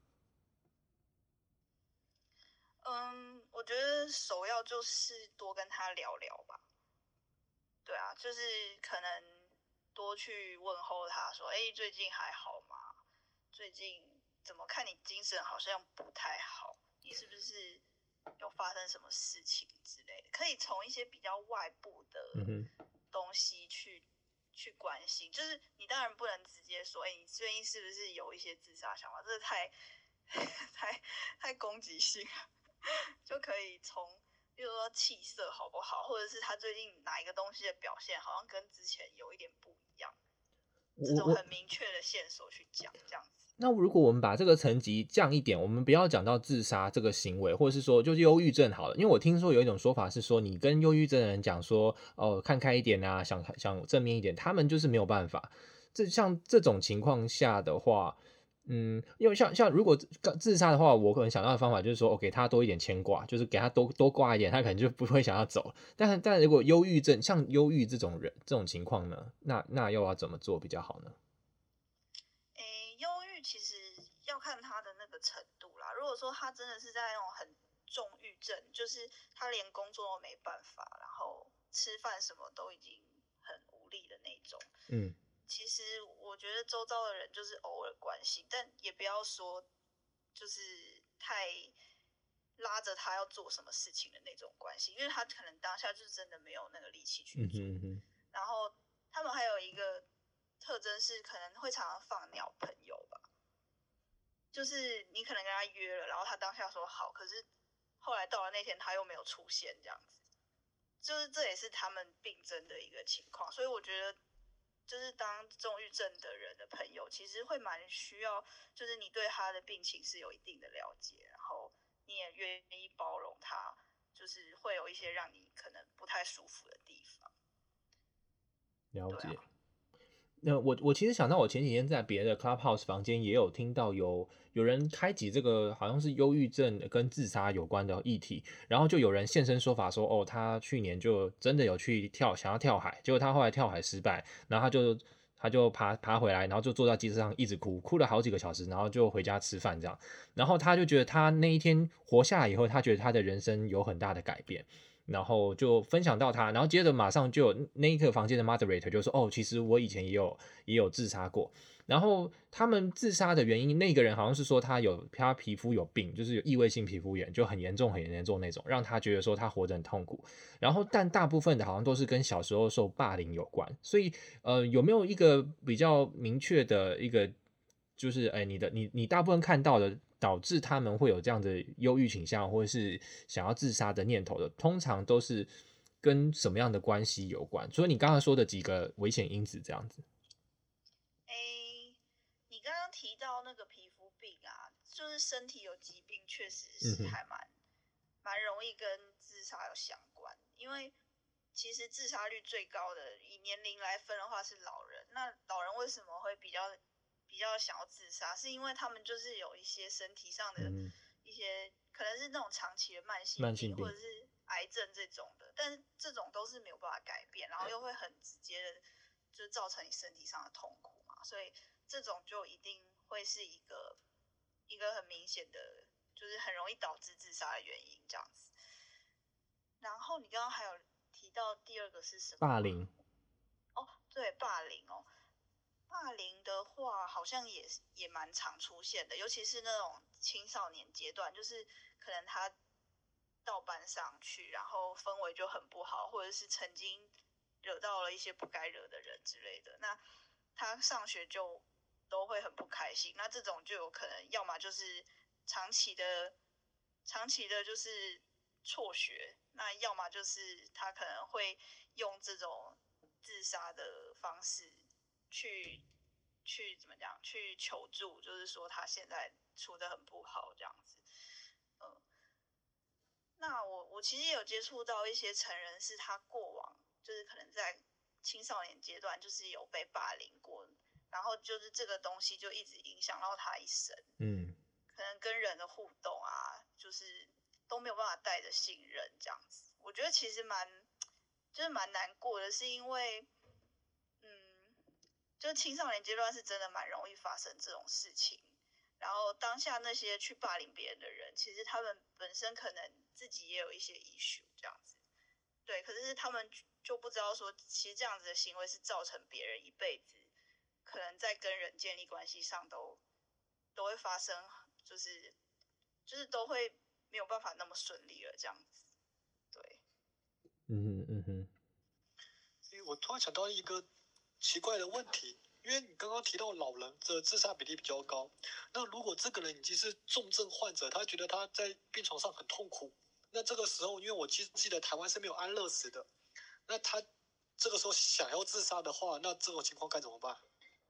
S2: 嗯，我觉得首要就是多跟他聊聊吧。对啊，就是可能多去问候他说，哎，最近还好吗？最近怎么看你精神好像不太好？你是不是有发生什么事情之类的？可以从一些比较外部的东西去、嗯、去关心。就是你当然不能直接说，哎，你最近是不是有一些自杀想法？这太太太攻击性了。就可以从比如说气色好不好，或者是他最近哪一个东西的表现好像跟之前有一点不一样，这种很明确的线索去讲这样子。
S1: 那如果我们把这个层级降一点，我们不要讲到自杀这个行为，或者是说就是忧郁症好了，因为我听说有一种说法是说，你跟忧郁症的人讲说哦看开一点啊，想想正面一点，他们就是没有办法。这像这种情况下的话，嗯，因为像像如果自杀的话，我可能想到的方法就是说，我、哦、给他多一点牵挂，就是给他多多挂一点，他可能就不会想要走。但但如果忧郁症，像忧郁这种人这种情况呢，那那又要怎么做比较好呢？
S2: 诶，忧郁其实要看他的那个程度啦。如果说他真的是在那种很重郁症，就是他连工作都没办法，然后吃饭什么都已经很无力的那种，嗯。其实我觉得周遭的人就是偶尔关心，但也不要说就是太拉着他要做什么事情的那种关系，因为他可能当下就是真的没有那个力气去做。嗯哼。然后他们还有一个特征是可能会常常放鸟朋友吧，就是你可能跟他约了，然后他当下说好，可是后来到了那天他又没有出现，这样子，就是这也是他们病症的一个情况，所以我觉得。就是当重郁症的人的朋友，其实会蛮需要，就是你对他的病情是有一定的了解，然后你也愿意包容他，就是会有一些让你可能不太舒服的地方。
S1: 了解。那我我其实想到，我前几天在别的 Clubhouse 房间也有听到有有人开启这个好像是忧郁症跟自杀有关的议题，然后就有人现身说法说，哦，他去年就真的有去跳想要跳海，结果他后来跳海失败，然后他就他就爬爬回来，然后就坐在机车上一直哭，哭了好几个小时，然后就回家吃饭这样。然后他就觉得他那一天活下来以后，他觉得他的人生有很大的改变，然后就分享到他，然后接着马上就有那一个房间的 moderator 就说，哦，其实我以前也有也有自杀过。然后他们自杀的原因，那个人好像是说他有他皮肤有病，就是有异位性皮肤炎，就很严重很严重那种，让他觉得说他活得很痛苦。然后但大部分的好像都是跟小时候受霸凌有关，所以呃有没有一个比较明确的一个，就是哎你的你你大部分看到的导致他们会有这样的忧郁倾向或者是想要自杀的念头的，通常都是跟什么样的关系有关？所以你刚刚说的几个危险因子这样子。
S2: 诶，你刚刚提到那个皮肤病啊，就是身体有疾病，确实是还蛮蛮容易跟自杀有相关。因为其实自杀率最高的，以年龄来分的话是老人。那老人为什么会比较比较想要自杀？是因为他们就是有一些身体上的一些，可能是那种长期的慢性病，
S1: 慢性病
S2: 或者是癌症这种的，但是这种都是没有办法改变，然后又会很直接的，就造成你身体上的痛苦。所以这种就一定会是一个一个很明显的，就是很容易导致自杀的原因这样子。然后你刚刚还有提到第二个是什么？
S1: 霸凌。
S2: 哦，对，霸凌哦，霸凌的话好像也也蛮常出现的，尤其是那种青少年阶段，就是可能他到班上去，然后氛围就很不好，或者是曾经惹到了一些不该惹的人之类的，那他上学就都会很不开心。那这种就有可能要么就是长期的长期的就是辍学，那要么就是他可能会用这种自杀的方式去去怎么讲去求助，就是说他现在处得很不好这样子。嗯，那我我其实也有接触到一些成人，是他过往就是可能在青少年阶段就是有被霸凌过，然后就是这个东西就一直影响到他一生。
S1: 嗯，
S2: 可能跟人的互动啊，就是都没有办法带着信任这样子。我觉得其实蛮就是蛮难过的，是因为嗯，就是青少年阶段是真的蛮容易发生这种事情。然后当下那些去霸凌别人的人，其实他们本身可能自己也有一些 issue 这样子。对，可是他们就不知道说，其实这样子的行为是造成别人一辈子可能在跟人建立关系上都都会发生，就是就是都会没有办法那么顺利了这样子。对，
S1: 嗯哼嗯哼。
S5: 我突然想到一个奇怪的问题，因为你刚刚提到老人的自杀比例比较高，那如果这个人已经是重症患者，他觉得他在病床上很痛苦，那这个时候，因为我记记得台湾是没有安乐死的，那他这个时候想要自杀的话，那这种情况该怎么办？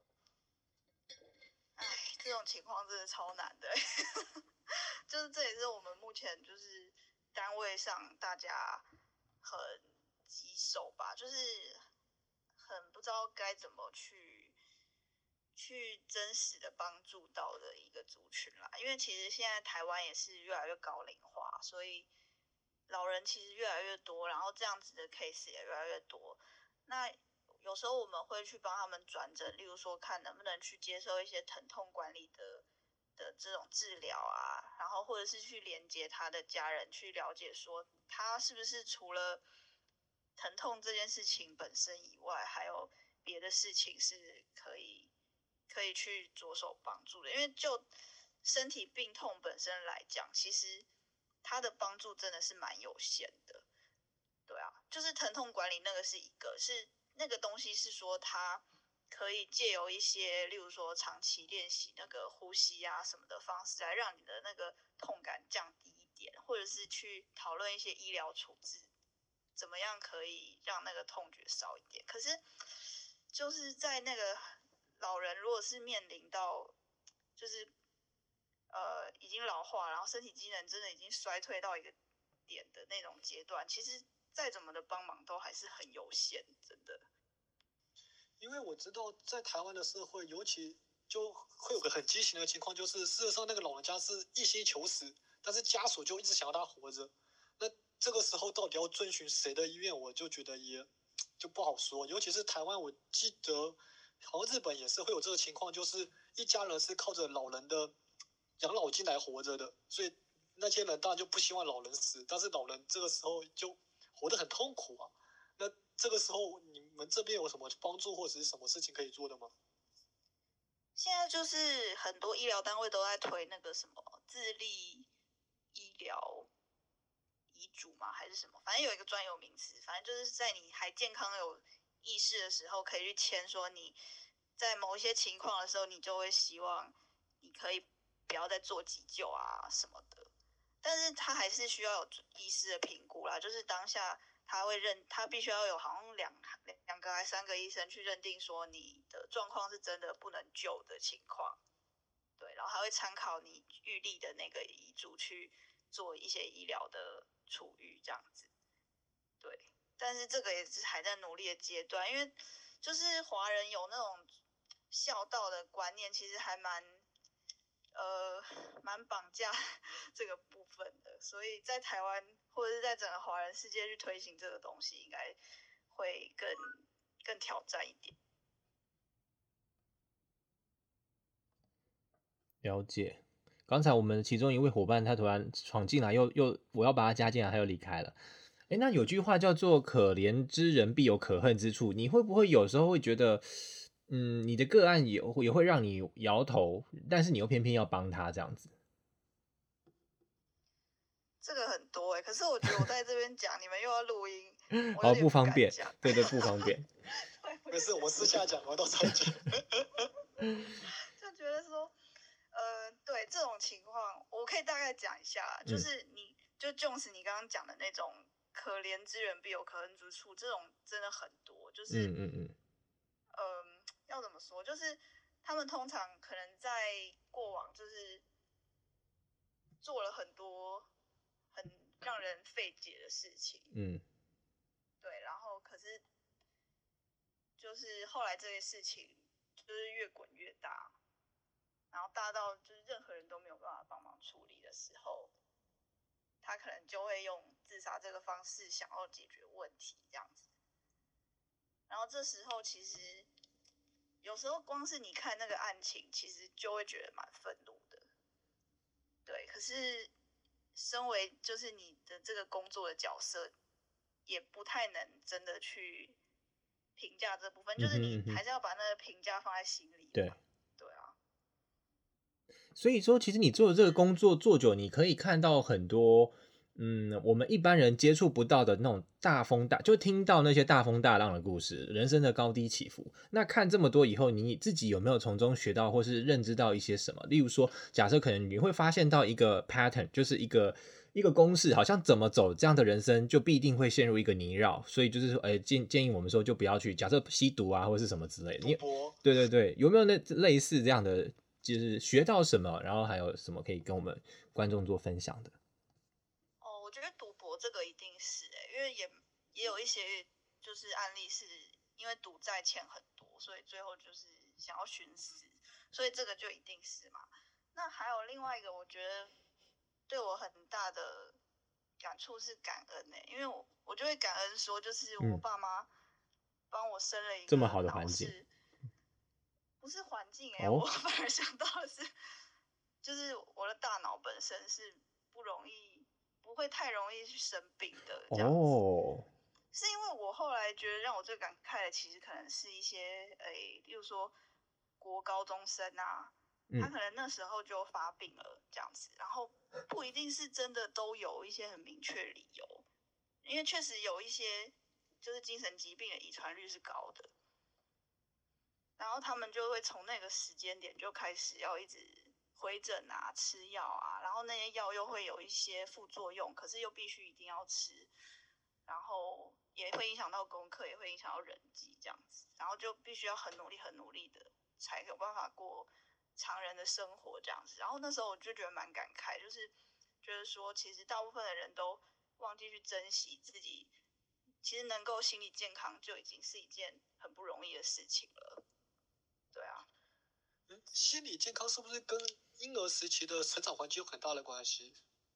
S2: 哎，这种情况真的超难的，就是这也是我们目前就是单位上大家很棘手吧，就是很不知道该怎么去去真实的帮助到的一个族群啦。因为其实现在台湾也是越来越高龄化，所以老人其实越来越多，然后这样子的 case 也越来越多。那有时候我们会去帮他们转诊，例如说看能不能去接受一些疼痛管理的的这种治疗啊，然后或者是去连接他的家人，去了解说他是不是除了疼痛这件事情本身以外，还有别的事情是可以可以去着手帮助的。因为就身体病痛本身来讲，其实它的帮助真的是蛮有限的。对啊，就是疼痛管理那个是一个，是那个东西是说它可以借由一些，例如说长期练习那个呼吸啊什么的方式，来让你的那个痛感降低一点，或者是去讨论一些医疗处置，怎么样可以让那个痛觉少一点。可是就是在那个老人如果是面临到就是呃已经老化，然后身体机能真的已经衰退到一个点的那种阶段，其实再怎么的帮忙都还是很有限，真的。
S5: 因为我知道在台湾的社会，尤其就会有个很畸形的情况，就是事实上那个老人家是一心求死，但是家属就一直想要他活着。那这个时候到底要遵循谁的意愿，我就觉得也就不好说。尤其是台湾，我记得好像日本也是会有这个情况，就是一家人是靠着老人的养老金来活着的，所以那些人当然就不希望老人死，但是老人这个时候就活得很痛苦啊。那这个时候你们这边有什么帮助或者是什么事情可以做的吗？
S2: 现在就是很多医疗单位都在推那个什么自立医疗遗嘱嘛，还是什么，反正有一个专有名词，反正就是在你还健康有意识的时候，可以去签说你在某一些情况的时候，你就会希望你可以不要再做急救啊什么的。但是他还是需要有医师的评估啦，就是当下他会认，他必须要有好像两两个还三个医生去认定说你的状况是真的不能救的情况，对，然后还会参考你预立的那个遗嘱去做一些医疗的处遇这样子，对。但是这个也是还在努力的阶段，因为就是华人有那种孝道的观念，其实还蛮呃蛮绑架这个部分的，所以在台湾或者是在整个华人世界去推行这个东西，应该会更更挑战一点。
S1: 了解。刚才我们其中一位伙伴他突然闯进来，又又我要把他加进来，他又离开了。哎，那有句话叫做"可怜之人必有可恨之处"，你会不会有时候会觉得，嗯，你的个案也也会让你摇头，但是你又偏偏要帮他这样子？
S2: 这个很多哎、欸，可是我觉得我在这边讲，你们又要录音，我
S1: 哦，
S2: 有点
S1: 不方便，
S2: 敢讲
S1: 对对，不方便。
S5: 没事，我私下讲，我都在讲。
S2: 就觉得说，呃，对这种情况，我可以大概讲一下，就是你就 Jones 你刚刚讲的那种可怜之人必有可恨之处，这种真的很多，就是，
S1: 嗯嗯嗯，
S2: 嗯，要怎么说，就是他们通常可能在过往就是做了很多很让人费解的事情，
S1: 嗯，
S2: 对，然后可是就是后来这些事情就是越滚越大。然后大到就是任何人都没有办法帮忙处理的时候，他可能就会用自杀这个方式想要解决问题这样子。然后这时候其实有时候光是你看那个案情，其实就会觉得蛮愤怒的。对，可是身为就是你的这个工作的角色，也不太能真的去评价这部分，就是你还是要把那个评价放在心里。
S1: 对。所以说，其实你做的这个工作做久，你可以看到很多，嗯，我们一般人接触不到的那种大风大，就听到那些大风大浪的故事，人生的高低起伏。那看这么多以后，你自己有没有从中学到或是认知到一些什么？例如说，假设可能你会发现到一个 pattern， 就是一个一个公式，好像怎么走这样的人生就必定会陷入一个泥淖。所以就是说，哎，建建议我们说就不要去假设吸毒啊，或是什么之类的。
S5: 赌博。
S1: 对对对，有没有那类似这样的？就是学到什么，然后还有什么可以跟我们观众做分享的？
S2: 哦，我觉得赌博这个一定是哎、欸，因为也也有一些就是案例是因为赌债欠很多，所以最后就是想要寻死，所以这个就一定是嘛。那还有另外一个，我觉得对我很大的感触是感恩哎、欸，因为我我就会感恩说，就是我爸妈帮我生了一个
S1: 这么好的环境。
S2: 不是环境哎、欸， oh? 我反而想到的是，就是我的大脑本身是不容易，不会太容易去生病的这样子。
S1: Oh.
S2: 是因为我后来觉得让我最感慨的，其实可能是一些诶，例如说国高中生啊，他可能那时候就发病了这样子，然后不一定是真的都有一些很明确理由，因为确实有一些就是精神疾病的遗传率是高的。然后他们就会从那个时间点就开始要一直回诊啊、吃药啊，然后那些药又会有一些副作用，可是又必须一定要吃，然后也会影响到功课，也会影响到人际这样子，然后就必须要很努力、很努力的才有办法过常人的生活这样子。然后那时候我就觉得蛮感慨，就是觉得说，其实大部分的人都忘记去珍惜自己，其实能够心理健康就已经是一件很不容易的事情了。对啊，
S5: 嗯，心理健康是不是跟婴儿时期的成长环境有很大的关系？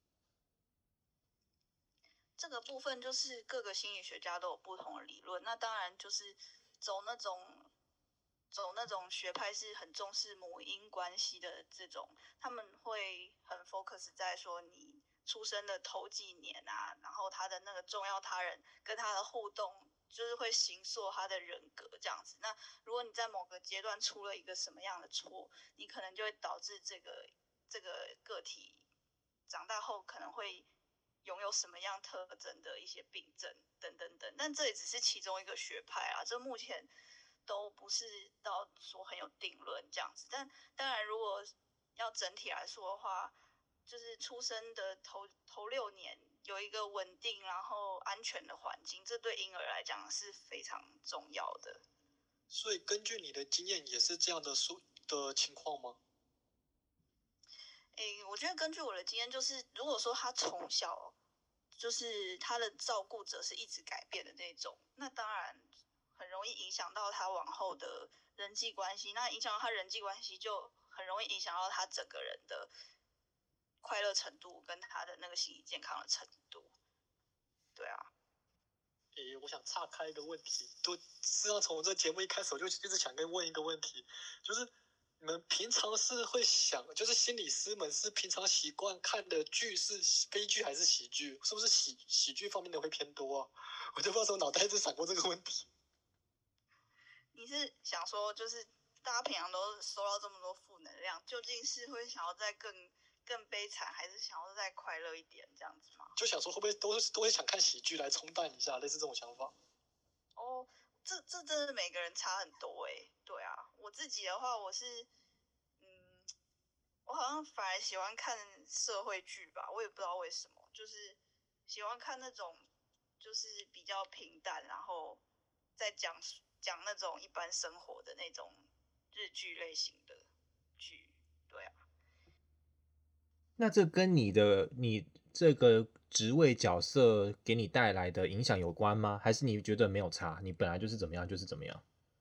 S2: 这个部分就是各个心理学家都有不同的理论。那当然就是走那种走那种学派是很重视母婴关系的这种，他们会很 focus 在说你出生的头几年啊，然后他的那个重要他人跟他的互动，就是会形塑他的人格这样子。那如果你在某个阶段出了一个什么样的错，你可能就会导致这个这个个体长大后可能会拥有什么样特征的一些病症等等等。但这也只是其中一个学派啊，这目前都不是到说很有定论这样子。但当然，如果要整体来说的话，就是出生的头头六年有一个稳定然后安全的环境，这对婴儿来讲是非常重要的。
S5: 所以根据你的经验，也是这样的数的情况吗？
S2: 诶，我觉得根据我的经验，就是如果说他从小就是他的照顾者是一直改变的那种，那当然很容易影响到他往后的人际关系，那影响到他人际关系就很容易影响到他整个人的快乐程度跟他的那个心理健康的程度。对啊。
S5: 诶，我想岔开一个问题，就实际上从这节目一开始我就一直想跟问一个问题，就是你们平常是会想，就是心理师们是平常习惯看的剧是悲剧还是喜剧？是不是喜喜剧方面的会偏多啊？我就不知道从脑袋一直闪过这个问题。
S2: 你是想说，就是大家平常都收到这么多负能量，究竟是会想要再更更悲惨，还是想要再快乐一点这样子吗？
S5: 就想说会不会都都会想看喜剧来冲淡一下，类似这种想法。
S2: 哦，这这真的每个人差很多哎、欸。对啊，我自己的话，我是，嗯，我好像反而喜欢看社会剧吧，我也不知道为什么，就是喜欢看那种就是比较平淡，然后再讲讲那种一般生活的那种日剧类型的剧。对啊。
S1: 那这跟你的你这个职位角色给你带来的影响有关吗？还是你觉得没有差，你本来就是怎么样就是怎么样？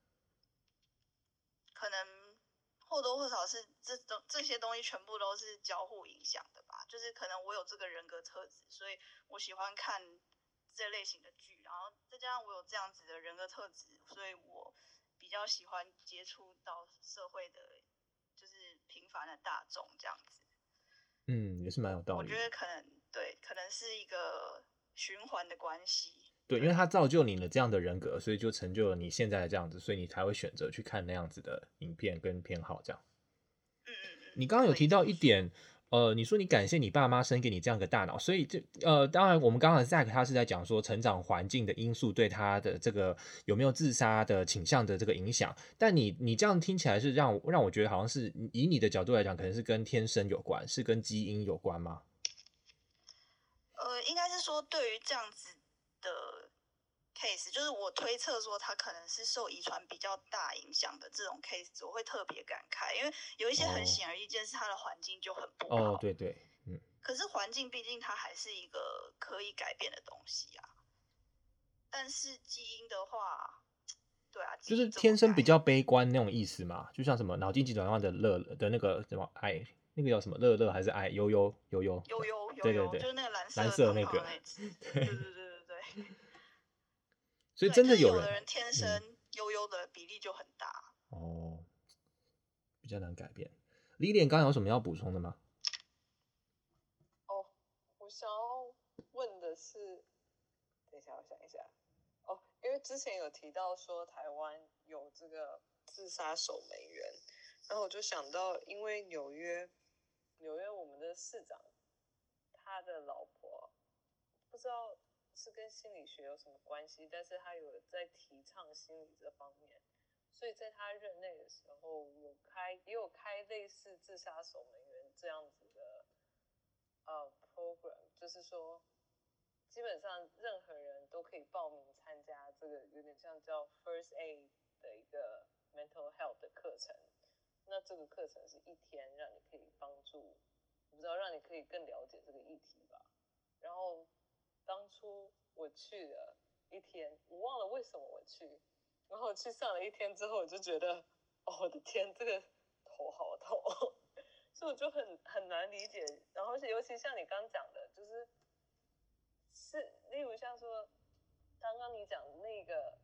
S2: 可能或多或少是这种这些东西全部都是交互影响的吧。就是可能我有这个人格特质，所以我喜欢看这类型的剧，然后再加上我有这样子的人格特质，所以我比较喜欢接触到社会的，就是平凡的大众这样子。
S1: 嗯，也是蛮有道理的。
S2: 我觉得可能对，可能是一个循环的关系。
S1: 对，因为它造就你了这样的人格，所以就成就了你现在的这样子，所以你才会选择去看那样子的影片跟偏好这样。
S2: 嗯嗯嗯。
S1: 你刚刚有提到一点，呃，你说你感谢你爸妈生给你这样个大脑，所以这呃，当然我们刚刚 Zack 他是在讲说成长环境的因素对他的这个有没有自杀的倾向的这个影响，但你你这样听起来是让让我觉得好像是以你的角度来讲，可能是跟天生有关，是跟基因有关吗？
S2: 呃，应该是说对于这样子的 case， 就是我推测说他可能是受遗传比较大影响的这种 case， 我会特别感慨，因为有一些很显而易见是他的环境就很不好。
S1: 哦，对对，嗯。
S2: 可是环境毕竟它还是一个可以改变的东西啊。但是基因的话，对啊，
S1: 就是天生比较悲观那种意思嘛，就像什么脑筋急转弯的乐的那个什么爱，那个叫什么乐乐还是爱悠悠悠悠
S2: 悠悠悠
S1: 对对对，
S2: 就是那个蓝色
S1: 蓝色那个，
S2: 那只对对对对对。
S1: 所以真的
S2: 有
S1: 人，
S2: 的人天生悠悠的比例就很大。
S1: 嗯、哦，比较难改变。李脸刚刚有什么要补充的吗？
S3: 哦，我想要问的是，等一下，我想一下。哦，因为之前有提到说台湾有这个自杀守门员，然后我就想到，因为纽约，纽约我们的市长，他的老婆，不知道是跟心理学有什么关系，但是他有在提倡心理这方面，所以在他任内的时候，有开也有开类似自杀守门员这样子的呃 program， 就是说。基本上任何人都可以报名参加这个有点像叫 First Aid 的一个 mental health 的课程。那这个课程是一天，让你可以帮助，我不知道让你可以更了解这个议题吧。然后当初我去了一天，我忘了为什么我去，然后去上了一天之后，我就觉得，哦，我的天，这个头好痛，所以我就很很难理解。然后尤其像你刚讲的，就是。是，例如像说，刚刚你讲的那个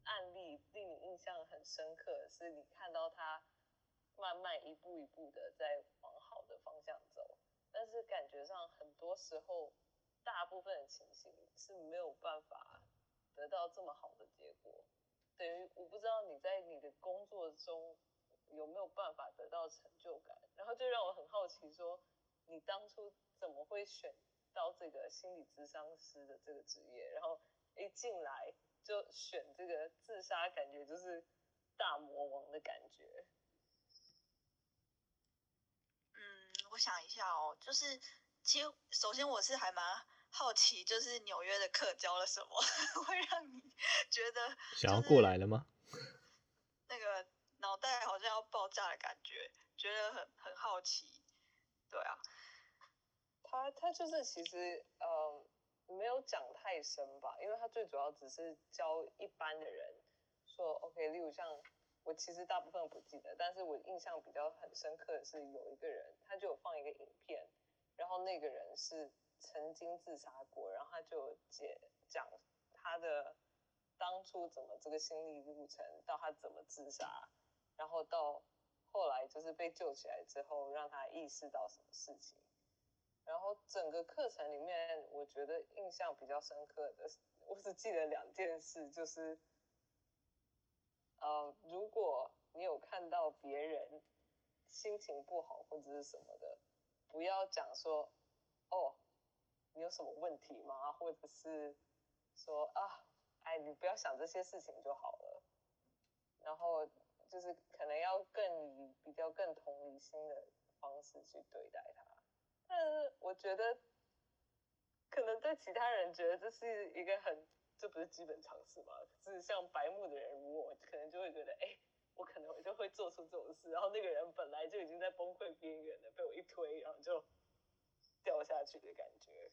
S3: 案例令你印象很深刻，是你看到他慢慢一步一步的在往好的方向走，但是感觉上很多时候大部分的情形是没有办法得到这么好的结果，等于我不知道你在你的工作中有没有办法得到成就感，然后就让我很好奇说，你当初怎么会选到这个心理咨商师的这个职业，然后一进来就选这个自杀，感觉就是大魔王的感觉。
S2: 嗯，我想一下哦，就是其实首先我是还蛮好奇，就是纽约的课教了什么，会让你觉得
S1: 想要过来了吗？
S2: 那个脑袋好像要爆炸的感觉，觉得很很好奇。对啊，
S3: 他他就是其实呃没有讲太深吧，因为他最主要只是教一般的人说 OK， 例如像我其实大部分不记得，但是我印象比较很深刻的是有一个人，他就有放一个影片，然后那个人是曾经自杀过，然后他就解讲他的当初怎么这个心理路程，到他怎么自杀，然后到后来就是被救起来之后，让他意识到什么事情。然后整个课程里面，我觉得印象比较深刻的，我只记得两件事，就是，呃，如果你有看到别人心情不好或者是什么的，不要讲说，哦，你有什么问题吗？或者是说啊，哎，你不要想这些事情就好了。然后就是可能要更以比较更同理心的方式去对待他。但是我觉得，可能对其他人觉得这是一个很，这不是基本常识吗？可是像白目的人如我，可能就会觉得，哎，我可能就会做出这种事，然后那个人本来就已经在崩溃边缘了，被我一推，然后就掉下去的感觉。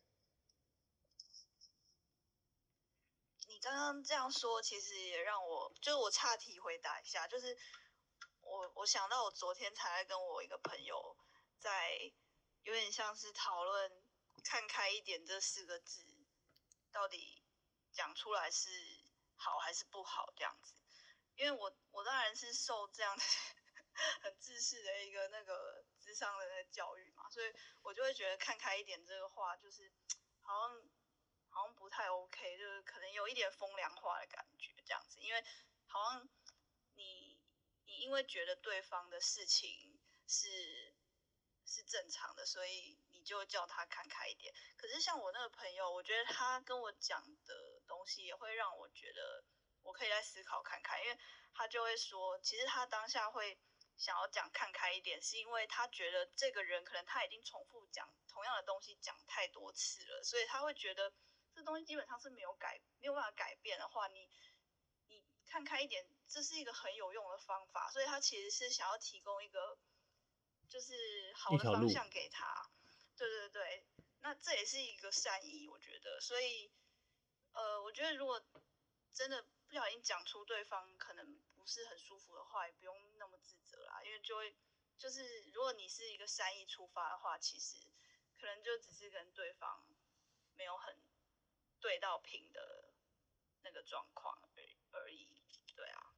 S2: 你刚刚这样说，其实也让我，就是我岔题回答一下，就是我我想到我昨天才在跟我一个朋友在。有点像是讨论“看开一点”这四个字到底讲出来是好还是不好这样子。因为我我当然是受这样的很自私的一个那个諮商的那个教育嘛，所以我就会觉得“看开一点”这个话就是好像好像不太 OK， 就是可能有一点风凉话的感觉这样子。因为好像你你因为觉得对方的事情是。是正常的，所以你就叫他看开一点。可是像我那个朋友，我觉得他跟我讲的东西也会让我觉得我可以再思考看看，因为他就会说，其实他当下会想要讲看开一点，是因为他觉得这个人可能他已经重复讲同样的东西讲太多次了，所以他会觉得这东西基本上是没有改没有办法改变的话，你你看开一点，这是一个很有用的方法，所以他其实是想要提供一个。就是好的方向给他，对对对，那这也是一个善意，我觉得。所以，呃，我觉得如果真的不小心讲出对方可能不是很舒服的话，也不用那么自责啦，因为就会就是如果你是一个善意出发的话，其实可能就只是跟对方没有很对到平的那个状况而已，对啊。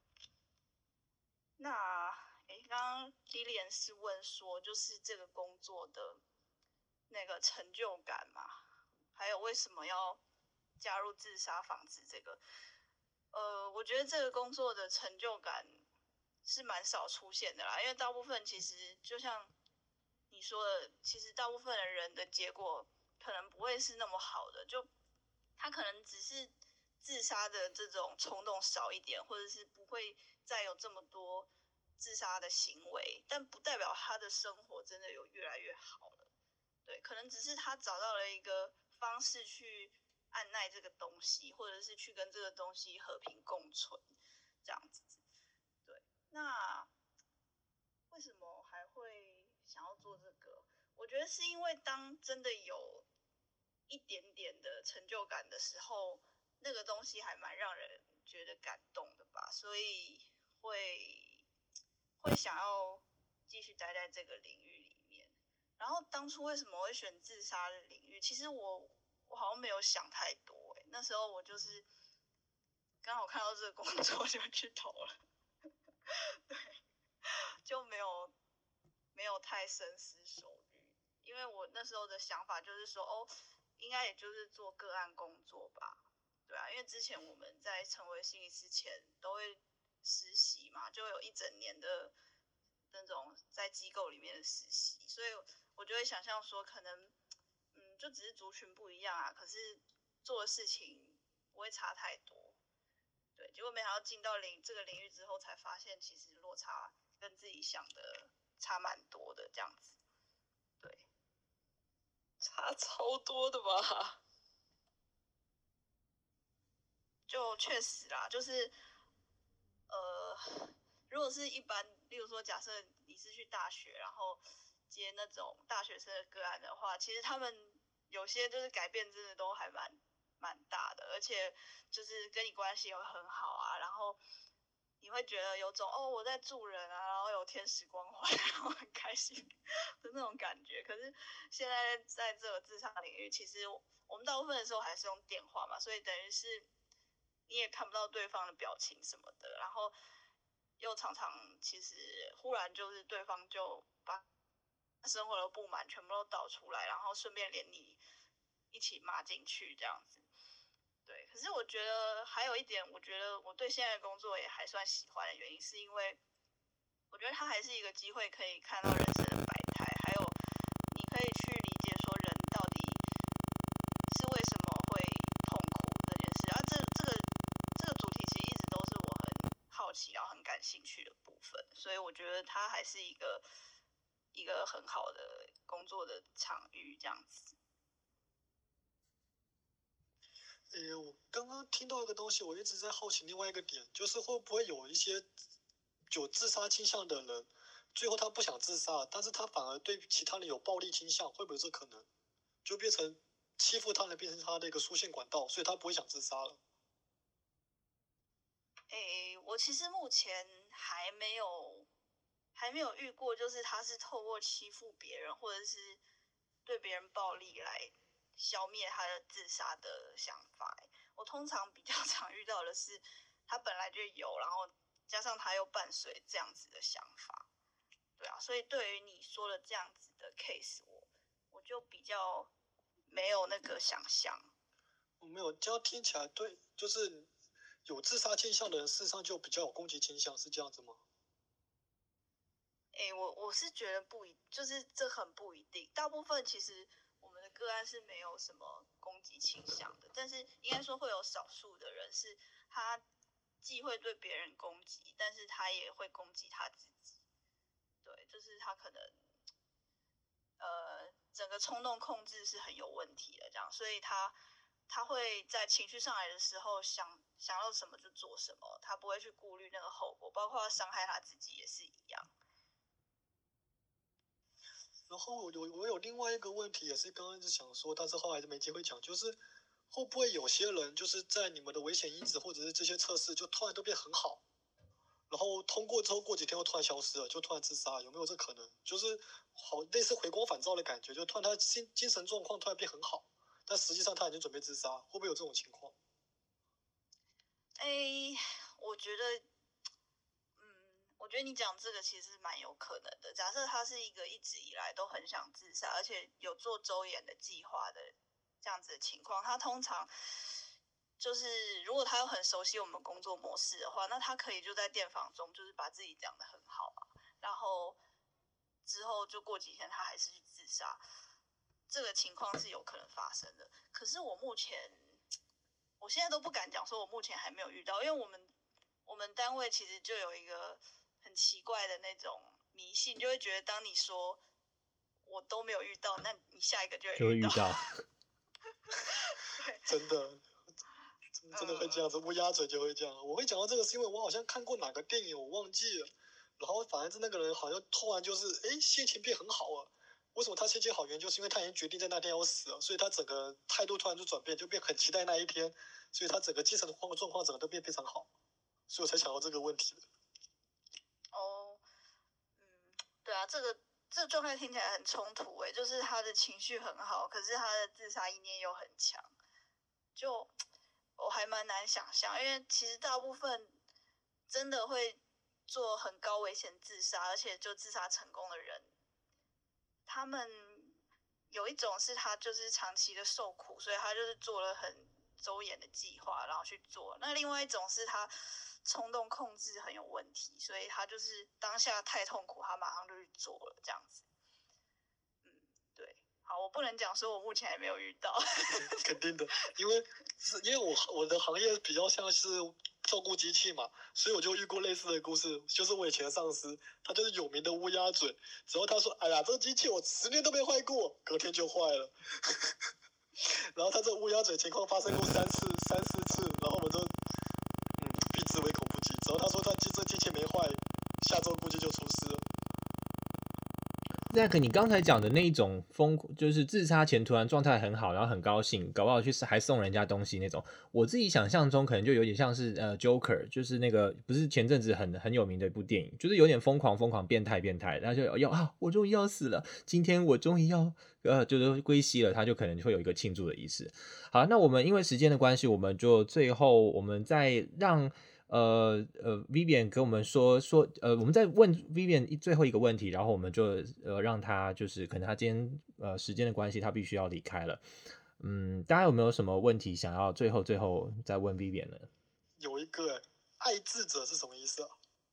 S2: 那。诶，刚刚 Lilian 是问说，就是这个工作的那个成就感嘛，还有为什么要加入自杀防治这个？呃，我觉得这个工作的成就感是蛮少出现的啦，因为大部分其实就像你说的，其实大部分的人的结果可能不会是那么好的，就他可能只是自杀的这种冲动少一点，或者是不会再有这么多。自杀的行为，但不代表他的生活真的有越来越好了。对，可能只是他找到了一个方式去按耐这个东西，或者是去跟这个东西和平共存，这样子。对，那为什么还会想要做这个？我觉得是因为当真的有一点点的成就感的时候，那个东西还蛮让人觉得感动的吧，所以会。会想要继续待在这个领域里面，然后当初为什么会选自杀的领域？其实我我好像没有想太多、欸、那时候我就是刚好看到这个工作就去投了，对，就没有没有太深思熟虑，因为我那时候的想法就是说，哦，应该也就是做个案工作吧，对啊，因为之前我们在成为心理师前都会实习嘛，就有一整年的那种在机构里面的实习，所以我就会想象说，可能嗯，就只是族群不一样啊，可是做的事情不会差太多。对，结果没想到进到领这个领域之后，才发现其实落差跟自己想的差蛮多的，这样子。对，
S3: 差超多的吧？
S2: 就确实啦，就是呃，如果是一般，例如说，假设你是去大学，然后接那种大学生的个案的话，其实他们有些就是改变真的都还蛮蛮大的，而且就是跟你关系也会很好啊，然后你会觉得有种哦我在助人啊，然后有天使光环，然后很开心的那种感觉。可是现在在这个自杀领域，其实我们大部分的时候还是用电话嘛，所以等于是你也看不到对方的表情什么的，然后又常常其实忽然就是对方就把生活的不满全部都倒出来，然后顺便连你一起骂进去这样子。对，可是我觉得还有一点，我觉得我对现在的工作也还算喜欢的原因，是因为我觉得它还是一个机会，可以看到人生的百态，还有你可以去理解说人到底是为什么会痛苦这件事。啊，这这个这个主题其实一直都是我很好奇，然后很感兴趣的部分，所以我觉得它还是一个一个很好的工作的场域，这样子。
S5: 诶，我刚刚听到一个东西，我一直在好奇另外一个点，就是会不会有一些有自杀倾向的人，最后他不想自杀，但是他反而对其他人有暴力倾向，会不会有这可能？就变成欺负他人变成他的一个输线管道，所以他不会想自杀了。
S2: 诶，我其实目前还没有还没有遇过，就是他是透过欺负别人或者是对别人暴力来消灭他的自杀的想法。我通常比较常遇到的是，他本来就有，然后加上他又伴随这样子的想法。对啊，所以对于你说的这样子的 case， 我我就比较没有那个想象。
S5: 我没有，这样听起来对，就是有自杀倾向的人，事实上就比较有攻击倾向，是这样子吗？
S2: 诶，我我是觉得不一，就是这很不一定。大部分其实我们的个案是没有什么攻击倾向的，但是应该说会有少数的人是他既会对别人攻击，但是他也会攻击他自己。对，就是他可能呃整个冲动控制是很有问题的，这样，所以他他会在情绪上来的时候想想到什么就做什么，他不会去顾虑那个后果，包括伤害他自己也是一样。
S5: 然后我有我有另外一个问题，也是刚刚一直想说，但是后来就没机会讲，就是会不会有些人就是在你们的危险因子或者是这些测试，就突然都变很好，然后通过之后过几天又突然消失了，就突然自杀，有没有这可能？就是好类似回光返照的感觉，就突然他精精神状况突然变很好，但实际上他已经准备自杀，会不会有这种情况？
S2: 哎，我觉得。我觉得你讲这个其实蛮有可能的。假设他是一个一直以来都很想自杀，而且有做周延的计划的这样子的情况，他通常就是如果他又很熟悉我们工作模式的话，那他可以就在电访中就是把自己讲得很好啊，然后之后就过几天他还是去自杀，这个情况是有可能发生的。可是我目前，我现在都不敢讲说我目前还没有遇到，因为我们我们单位其实就有一个很奇怪的那种迷信，就会觉得当你说我都没有遇到，那你下一个就会遇到。
S1: 就遇到
S5: 真的，真的会这样子，乌鸦嘴就会这样。我会讲到这个，是因为我好像看过哪个电影，我忘记了。然后反正是那个人好像突然就是，哎，心情变很好了。为什么他心情好？原因就是因为他已经决定在那天要死了，所以他整个态度突然就转变，就变很期待那一天，所以他整个精神的状况整个都变非常好，所以我才想到这个问题的。
S2: 哦，嗯，对啊，这个这个状态听起来很冲突诶，就是他的情绪很好，可是他的自杀意念又很强。就我还蛮难想象，因为其实大部分真的会做很高危险自杀，而且就自杀成功的人，他们有一种是他就是长期的受苦，所以他就是做了很周延的计划，然后去做。那另外一种是他冲动控制很有问题，所以他就是当下太痛苦，他马上就去做了这样子。嗯，对。好，我不能讲说我目前还没有遇到。
S5: 肯定的，因为是因为我我的行业比较像是照顾机器嘛，所以我就遇过类似的故事。就是我以前的上司，他就是有名的乌鸦嘴，之后他说：“哎呀，这个机器我十年都没坏过，隔天就坏了。”然后他这乌鸦嘴情况发生过三次、三四次，然后我们都嗯避之唯恐不及。之后他说他这机器没坏，下周估计就出事了。
S1: 那个你刚才讲的那一种疯，就是自杀前突然状态很好，然后很高兴，搞不好去还送人家东西那种，我自己想象中可能就有点像是呃 Joker， 就是那个不是前阵子很很有名的一部电影，就是有点疯狂疯狂变态变态，然后就要啊我终于要死了，今天我终于要呃就是归西了，他就可能会有一个庆祝的仪式。好，那我们因为时间的关系，我们就最后我们再让。呃呃 ，Vivian 跟我们说说，呃，我们再问 Vivian 最后一个问题，然后我们就呃让他就是可能他今天呃时间的关系，他必须要离开了。嗯，大家有没有什么问题想要最后最后再问 Vivian 呢？
S5: 有一个爱智者是什么意思啊？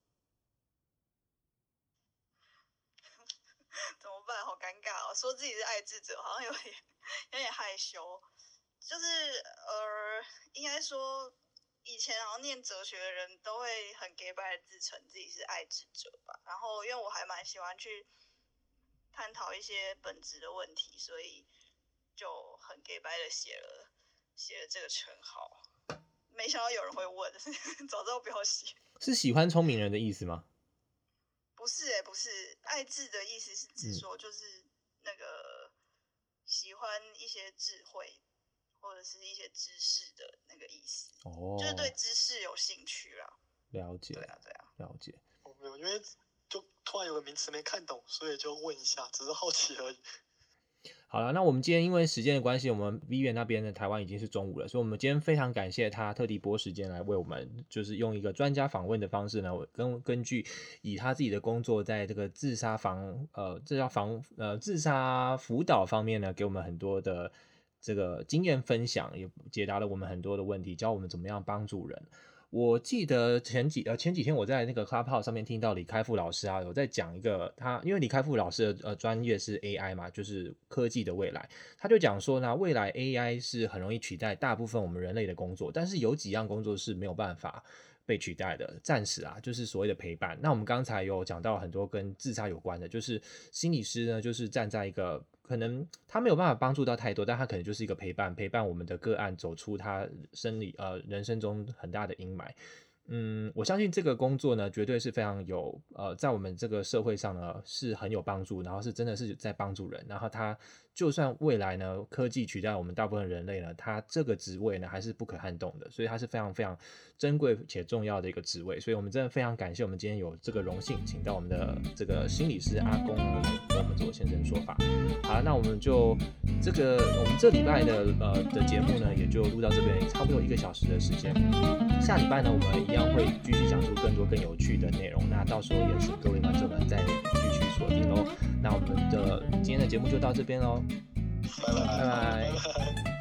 S2: 怎么办？好尴尬哦！说自己是爱智者，好像有点有点害羞。就是呃，应该说。以前好像念哲学的人都会很假掰的自称自己是爱智者吧，然后因为我还蛮喜欢去探讨一些本质的问题，所以就很假掰的写了写了这个称号。没想到有人会问，早知道不要写。
S1: 是喜欢聪明人的意思吗？
S2: 不是哎、欸，不是，爱智的意思是指说就是那个喜欢一些智慧。或者是一些知识的那个意思，哦，就是对知识有兴趣啦。
S1: 了解，
S2: 对啊，对啊，
S1: 了解。
S5: 我没有，因为就突然有个名词没看懂，所以就问一下，只是好奇而已。
S1: 好了，那我们今天因为时间的关系，我们 Vivian 那边的台湾已经是中午了，所以我们今天非常感谢他特地拨时间来为我们，就是用一个专家访问的方式呢，根根据以他自己的工作在这个自杀防呃自杀防呃自杀辅导方面呢，给我们很多的。这个经验分享也解答了我们很多的问题，教我们怎么样帮助人。我记得前几呃前几天我在那个 Clubhouse 上面听到李开复老师啊有在讲一个他，因为李开复老师的呃专业是 A I 嘛，就是科技的未来，他就讲说呢，未来 A I 是很容易取代大部分我们人类的工作，但是有几样工作是没有办法被取代的，暂时啊，就是所谓的陪伴。那我们刚才有讲到很多跟自杀有关的，就是心理师呢，就是站在一个可能他没有办法帮助到太多，但他可能就是一个陪伴，陪伴我们的个案走出他生理呃人生中很大的阴霾。嗯，我相信这个工作呢，绝对是非常有呃，在我们这个社会上呢是很有帮助，然后是真的是在帮助人，然后他就算未来呢科技取代我们大部分人类呢，他这个职位呢还是不可撼动的，所以它是非常非常珍贵且重要的一个职位，所以我们真的非常感谢我们今天有这个荣幸，请到我们的这个心理师阿公呢跟我们做现身说法。好，那我们就这个我们这礼拜的呃的节目呢，也就录到这边，差不多一个小时的时间。下礼拜呢，我们一样会继续讲出更多更有趣的内容，那到时候也请各位观众们再继续锁定喽。那我们的今天的节目就到这边喽，
S5: 拜拜。
S1: 拜拜。